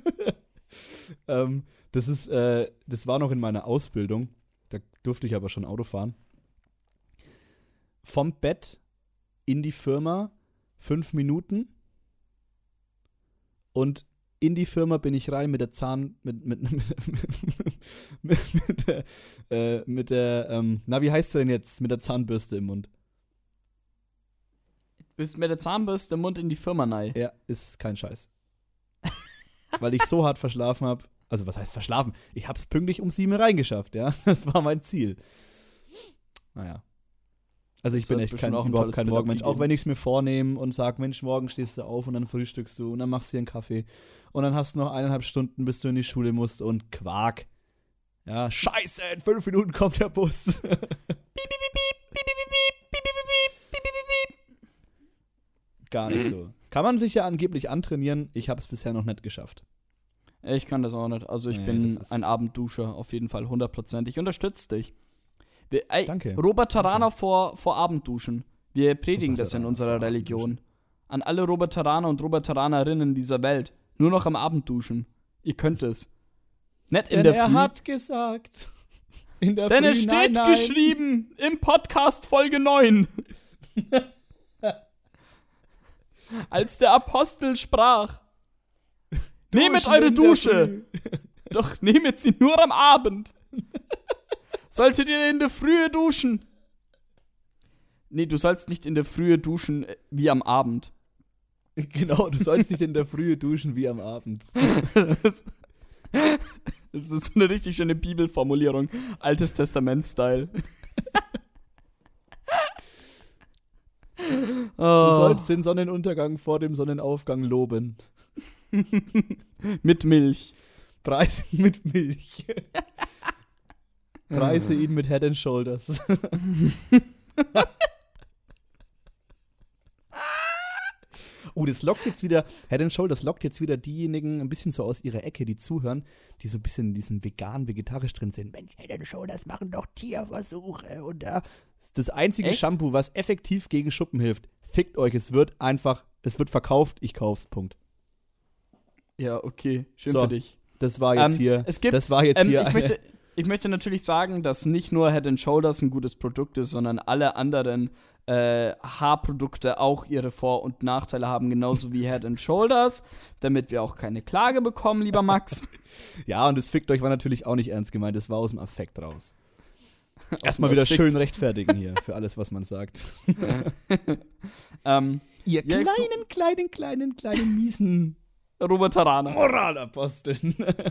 ähm, das ist, äh, das war noch in meiner Ausbildung. Da durfte ich aber schon Auto fahren. Vom Bett in die Firma fünf Minuten. Und in die Firma bin ich rein mit der Zahn, mit, mit, mit, mit, mit der, äh, mit der, ähm, na, wie heißt sie denn jetzt? Mit der Zahnbürste im Mund. Bist mit der Zahnbürste im Mund in die Firma rein. Ja, ist kein Scheiß. Weil ich so hart verschlafen habe. Also, was heißt verschlafen? Ich habe es pünktlich um sieben reingeschafft, ja. Das war mein Ziel. Naja. Also, ich Das bin hat echt bestimmt kein, auch ein überhaupt tolles kein Bild Morgenmensch. Auch abgegeben. wenn ich es mir vornehme und sage, Mensch, morgen stehst du auf und dann frühstückst du und dann machst du dir einen Kaffee. Und dann hast du noch eineinhalb Stunden, bis du in die Schule musst und Quark. Ja, scheiße, in fünf Minuten kommt der Bus. Gar nicht so. Kann man sich ja angeblich antrainieren. Ich habe es bisher noch nicht geschafft. Ich kann das auch nicht. Also ich Nee, bin das ist- ein Abendduscher, auf jeden Fall, hundert Prozent. Ich unterstütze dich. Wir, ey, Danke. Robert-Taraner vor, vor Abendduschen. Wir predigen das in Robert-Taraner unserer vor Religion. An alle Robert-Taraner und Robert-Taranerinnen dieser Welt. Nur noch am Abend duschen. Ihr könnt es. Nicht in Denn der er Früh. hat gesagt. In der Denn Früh, es steht nein, nein. geschrieben im Podcast Folge neun. Als der Apostel sprach. Nehmet Duschen eure in der Dusche. Früh. Doch nehmet sie nur am Abend. Solltet ihr in der Frühe duschen, Nee, du sollst nicht in der Frühe duschen äh, wie am Abend. Genau, du sollst nicht in der Frühe duschen wie am Abend. das, das ist so eine richtig schöne Bibelformulierung. Altes Testament-Style. Du oh. sollst den Sonnenuntergang vor dem Sonnenaufgang loben. Mit Milch. Preise mit Milch. Preise ihn mit Head and Shoulders. Oh, das lockt jetzt wieder, Head and Shoulders lockt jetzt wieder diejenigen ein bisschen so aus ihrer Ecke, die zuhören, die so ein bisschen in diesem vegan, vegetarisch drin sind. Mensch, Head and Shoulders machen doch Tierversuche und da. Das ist das einzige Echt? Shampoo, was effektiv gegen Schuppen hilft. Fickt euch, es wird einfach, es wird verkauft, ich kauf's, Punkt. Ja, okay, schön So, für dich. Das war jetzt Ähm, hier, es gibt, das war jetzt ähm, hier ich, eine, möchte, ich möchte natürlich sagen, dass nicht nur Head and Shoulders ein gutes Produkt ist, sondern alle anderen äh, Haarprodukte auch ihre Vor- und Nachteile haben, genauso wie Head and Shoulders, damit wir auch keine Klage bekommen, lieber Max. Ja, und das Fickt euch war natürlich auch nicht ernst gemeint, das war aus dem Affekt raus. Aus Erstmal dem wieder Affekt. schön rechtfertigen hier für alles, was man sagt. ähm, Ihr Ja, kleinen, kleinen, kleinen, kleinen, miesen Robert Harana. Moralaposteln.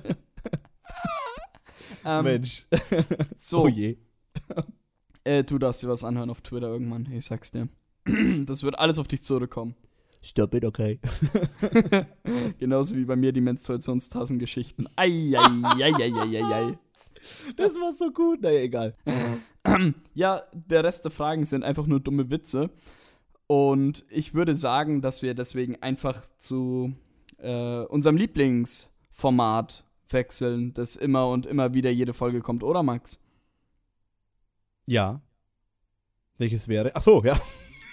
Ähm, Mensch. So, Oh je. äh, du darfst dir was anhören auf Twitter irgendwann, ich sag's dir. Das wird alles auf dich zurückkommen. Stop it, okay. Genauso wie bei mir die Menstruationstassengeschichten. Eieieiei. Das war so gut. Naja, egal. Ja, der Rest der Fragen sind einfach nur dumme Witze. Und ich würde sagen, dass wir deswegen einfach zu äh, unserem Lieblingsformat wechseln, das immer und immer wieder jede Folge kommt, oder Max? Ja. Welches wäre? Ach so, ja.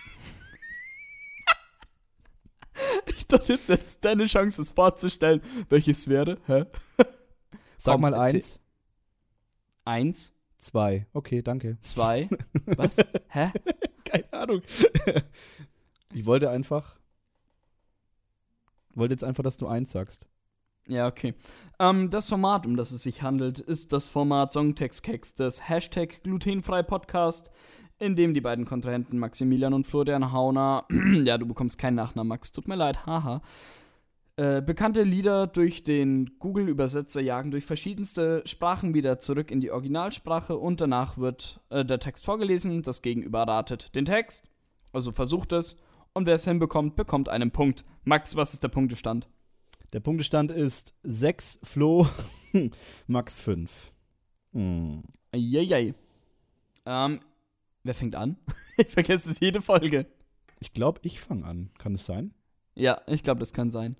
Ich dachte jetzt, jetzt deine Chance, es vorzustellen, welches wäre. Hä? Sag Komm, mal erzähl. eins. Eins, Zwei. Okay, danke. zwei, was? Hä? Keine Ahnung. Ich wollte einfach. Wollte jetzt einfach, dass du eins sagst. Ja, okay. Ähm, das Format, um das es sich handelt, ist das Format Songtext-Keks des Hashtag Glutenfrei Podcast, in dem die beiden Kontrahenten Maximilian und Florian Hauner, ja, du bekommst keinen Nachnamen, Max, tut mir leid, haha, äh, bekannte Lieder durch den Google-Übersetzer jagen durch verschiedenste Sprachen wieder zurück in die Originalsprache und danach wird äh, der Text vorgelesen, das Gegenüber ratet den Text, also versucht es, und wer es hinbekommt, bekommt einen Punkt. Max, was ist der Punktestand? Der Punktestand ist sechs Flo, Max fünf. Hm. Eieiei. Ähm, wer fängt an? Ich vergesse es jede Folge. Ich glaube, ich fange an. Kann es sein? Ja, ich glaube, das kann sein.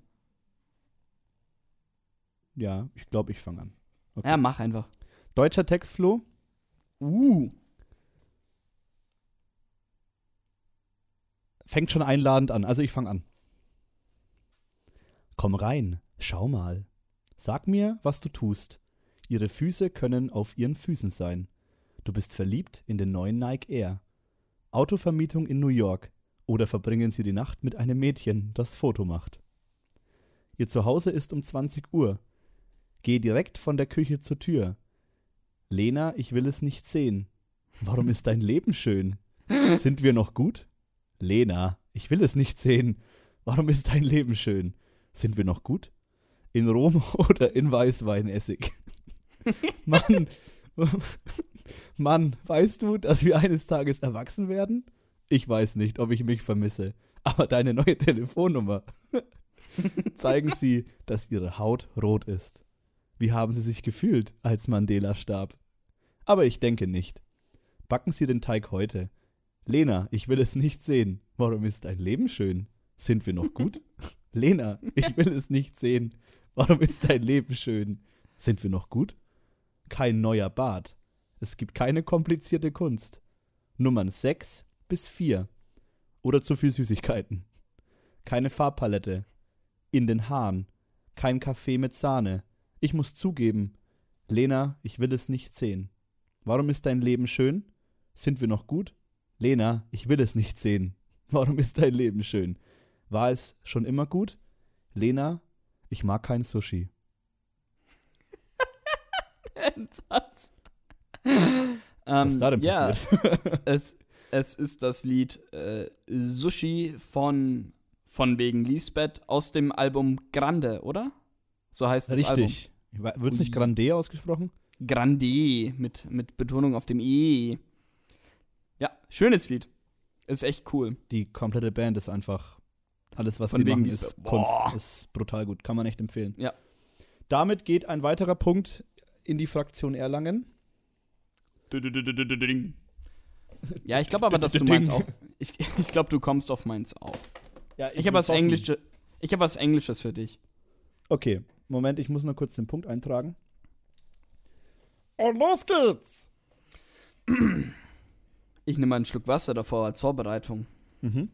Ja, ich glaube, ich fange an. Okay. Ja, mach einfach. Deutscher Text, Flo. Uh. Fängt schon einladend an. Also ich fange an. Komm rein, schau mal. Sag mir, was du tust. Ihre Füße können auf ihren Füßen sein. Du bist verliebt in den neuen Nike Air. Autovermietung in New York. Oder verbringen Sie die Nacht mit einem Mädchen, das Foto macht. Ihr Zuhause ist um zwanzig Uhr. Geh direkt von der Küche zur Tür. Lena, ich will es nicht sehen. Warum ist dein Leben schön? Sind wir noch gut? Lena, ich will es nicht sehen. Warum ist dein Leben schön? Sind wir noch gut? In Rom oder in Weißweinessig? Mann, Mann, weißt du, dass wir eines Tages erwachsen werden? Ich weiß nicht, ob ich mich vermisse, aber deine neue Telefonnummer. Zeigen Sie, dass Ihre Haut rot ist. Wie haben Sie sich gefühlt, als Mandela starb? Aber ich denke nicht. Backen Sie den Teig heute. Lena, ich will es nicht sehen. Warum ist dein Leben schön? Sind wir noch gut? Lena, ich will es nicht sehen. Warum ist dein Leben schön? Sind wir noch gut? Kein neuer Bart. Es gibt keine komplizierte Kunst. Nummern sechs bis vier. Oder zu viel Süßigkeiten. Keine Farbpalette. In den Haaren. Kein Kaffee mit Sahne. Ich muss zugeben. Lena, ich will es nicht sehen. Warum ist dein Leben schön? Sind wir noch gut? Lena, ich will es nicht sehen. Warum ist dein Leben schön? War es schon immer gut? Lena, ich mag kein Sushi. Satz. ähm, Was ist da denn ja, passiert? es, Es ist das Lied äh, Sushi von, von wegen Lisbeth aus dem Album Grande, oder? So heißt das Richtig. Wird es nicht Grande ausgesprochen? Album. Grande, mit, mit Betonung auf dem E. Ja, schönes Lied. Ist echt cool. Die komplette Band ist einfach, alles, was Von sie wegen machen, Lisbeth. ist Kunst. Boah. Ist brutal gut. Kann man echt empfehlen. Ja. Damit geht ein weiterer Punkt in die Fraktion Erlangen. Ja, ich glaube aber, dass du meins auch. Ich, ich glaube, du kommst auf meins auch. Ja, Ich habe was Englisches. Ich habe was Englisches für dich. Okay, Moment, ich muss nur kurz den Punkt eintragen. Und los geht's! Ich nehme mal einen Schluck Wasser davor als Vorbereitung. Mhm.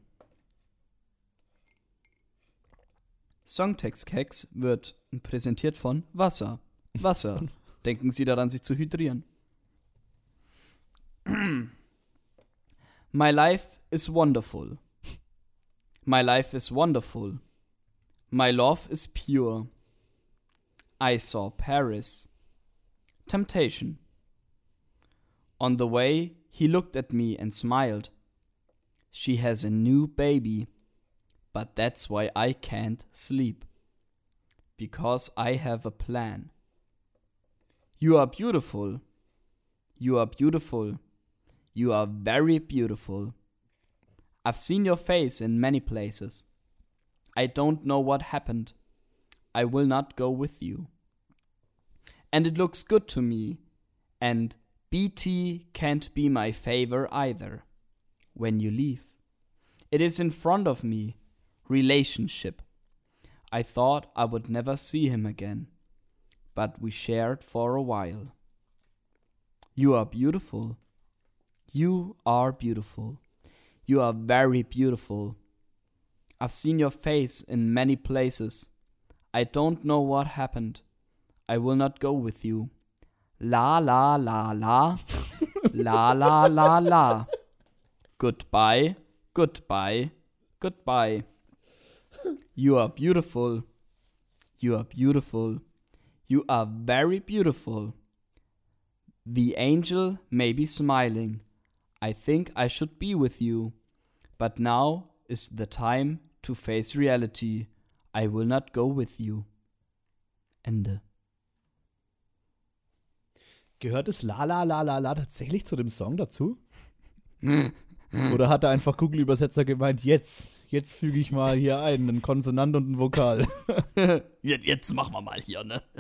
Songtext-Keks wird präsentiert von Wasser. Wasser. Denken Sie daran, sich zu hydrieren. My life is wonderful. My life is wonderful. My love is pure. I saw Paris. Temptation. On the way, he looked at me and smiled. She has a new baby, but that's why I can't sleep. Because I have a plan. You are beautiful. You are beautiful. You are very beautiful. I've seen your face in many places. I don't know what happened. I will not go with you. And it looks good to me. And B T can't be my favor either. When you leave. It is in front of me. Relationship. I thought I would never see him again. But we shared for a while. You are beautiful. You are beautiful. You are very beautiful. I've seen your face in many places. I don't know what happened. I will not go with you. La la la la. La la la la. Goodbye. Goodbye. Goodbye. You are beautiful. You are beautiful. You are very beautiful. The angel may be smiling. I think I should be with you. But now is the time to face reality. I will not go with you. Ende. Gehört das La La La La La tatsächlich zu dem Song dazu? Oder hat da einfach Google-Übersetzer gemeint, jetzt, jetzt füge ich mal hier ein, einen Konsonant und einen Vokal. Jetzt machen wir mal hier, ne?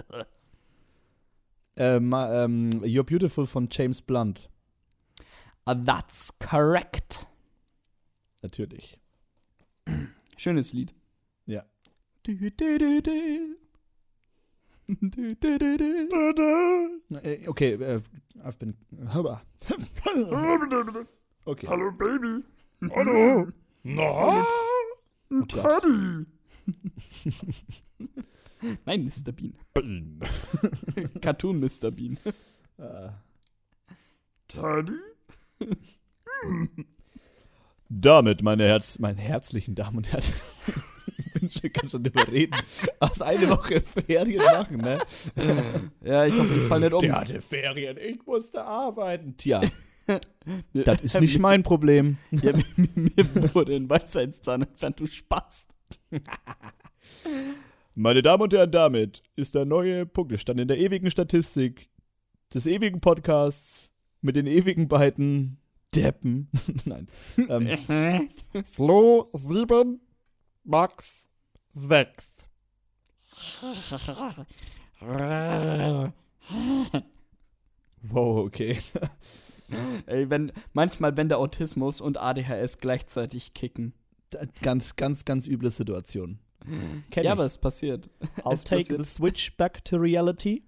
ähm, ähm, You're Beautiful von James Blunt. Uh, that's correct. Natürlich. Schönes Lied. Ja. Du, du, du, du. Du, du, du, du. Äh, Okay, äh, I've been. Okay. Hallo Baby. Hallo. Na? Oh Gott. Nein, Mister Bean. Bean. Cartoon Mister Bean. Ah. Taddy? Damit, meine, Herz, meine herzlichen Damen und Herren, ich bin schon, kann schon überreden, aus eine Woche Ferien machen, ne? Ja, ich hoffe, ich fall nicht um. Der hatte Ferien, ich musste arbeiten. Tja, das ist nicht mein Problem. Ja, mir, mir wurde ein Weisheitszahn entfernt, du Spast. Meine Damen und Herren, damit ist der neue Punktestand in der ewigen Statistik des ewigen Podcasts mit den ewigen beiden Deppen. Nein. Ähm, Flo sieben, Max sechs. Wow, okay. Ey, wenn, manchmal, wenn der Autismus und A D H S gleichzeitig kicken. Ganz, ganz, ganz üble Situation. Kenn ja, ich. aber es passiert. I'll es take passiert. the switch back to reality.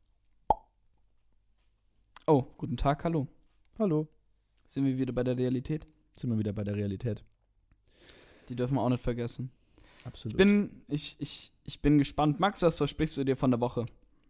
Oh, guten Tag, hallo. Hallo. Sind wir wieder bei der Realität? Sind wir wieder bei der Realität. Die dürfen wir auch nicht vergessen. Absolut. Ich bin, ich, ich, ich bin gespannt. Max, was versprichst du dir von der Woche?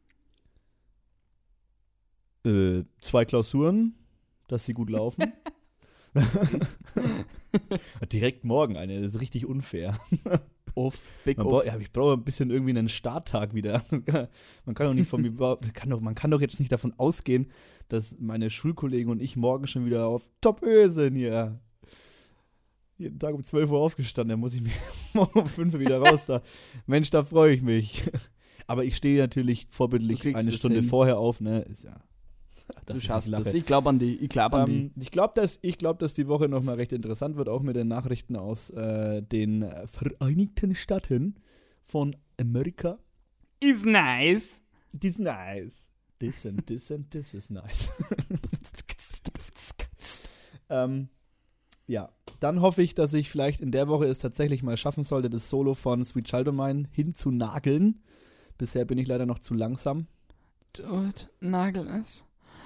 Äh, zwei Klausuren, dass sie gut laufen. Direkt morgen eine, das ist richtig unfair. Off, Big Man Off. brauch, ja, ich brauche ein bisschen irgendwie einen Starttag wieder. Man kann doch nicht von mir überhaupt- kann doch, man kann doch jetzt nicht davon ausgehen, dass meine Schulkollegen und ich morgen schon wieder auf Top-Höhe sind hier. Jeden Tag um zwölf Uhr aufgestanden, dann muss ich mich morgen um fünf Uhr wieder raus. Da. Mensch, da freue ich mich. Aber ich stehe natürlich vorbildlich Du kriegst eine es Stunde hin. vorher auf, ne? Ist ja. Du dass ich schaffst nicht das. lache. Ich glaube an die. Ich glaube an Ähm, ich glaube, dass, ich glaub, dass die Woche nochmal recht interessant wird, auch mit den Nachrichten aus äh, den äh, Vereinigten Staaten von Amerika. die. Is nice. This is nice. This and this and this is nice. ähm, ja, dann hoffe ich, dass ich vielleicht in der Woche es tatsächlich mal schaffen sollte, das Solo von Sweet Child O' Mine hinzunageln. Bisher bin ich leider noch zu langsam. Dude, nagel es.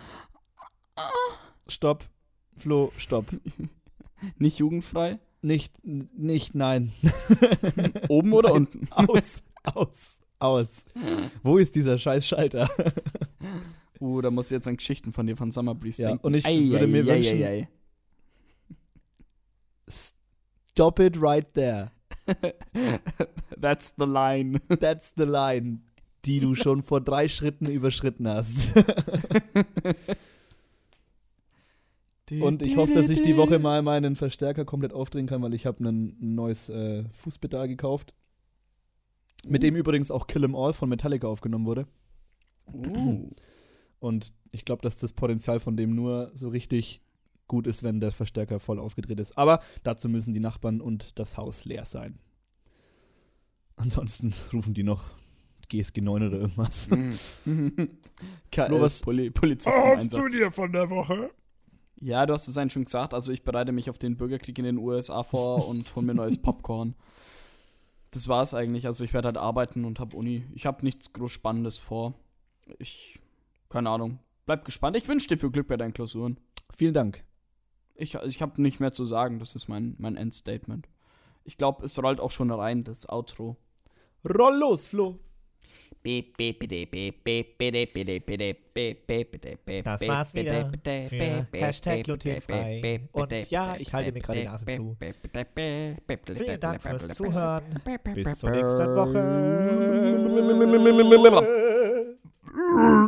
Stopp. Flo, stopp. Nicht jugendfrei? Nicht, n- nicht, nein. Oben oder Nein. unten? Aus, aus, aus. Wo ist dieser scheiß Schalter? Uh, da muss ich jetzt an Geschichten von dir von Summer Breeze Ja, denken. und ich würde mir wünschen- ei, Stop it right there. ei. That's the line. That's the line, die du schon vor drei Schritten überschritten hast. Und ich hoffe, dass ich die Woche mal meinen Verstärker komplett aufdrehen kann, weil ich habe ein neues äh, Fußpedal gekauft. Mit dem übrigens auch Kill 'Em All von Metallica aufgenommen wurde. Uh. Und ich glaube, dass das Potenzial von dem nur so richtig gut ist, wenn der Verstärker voll aufgedreht ist. Aber dazu müssen die Nachbarn und das Haus leer sein. Ansonsten rufen die noch G S G neun oder irgendwas. K Flo, S was Poli Polizisten dir von der Woche? Ja, du hast es eigentlich schon gesagt. Also ich bereite mich auf den Bürgerkrieg in den U S A vor und hole mir neues Popcorn. Das war's eigentlich. Also ich werde halt arbeiten und habe Uni. Ich habe nichts groß Spannendes vor. Ich, keine Ahnung. Bleib gespannt. Ich wünsche dir viel Glück bei deinen Klausuren. Vielen Dank. Ich, ich habe nicht mehr zu sagen. Das ist mein, mein Endstatement. Ich glaube, es rollt auch schon rein, das Outro. Roll los, Flo. Das war's wieder für Hashtag glutenfrei. Und ja, ich halte mir gerade die Nase zu. Vielen Dank fürs Zuhören. Bis zur nächsten Woche.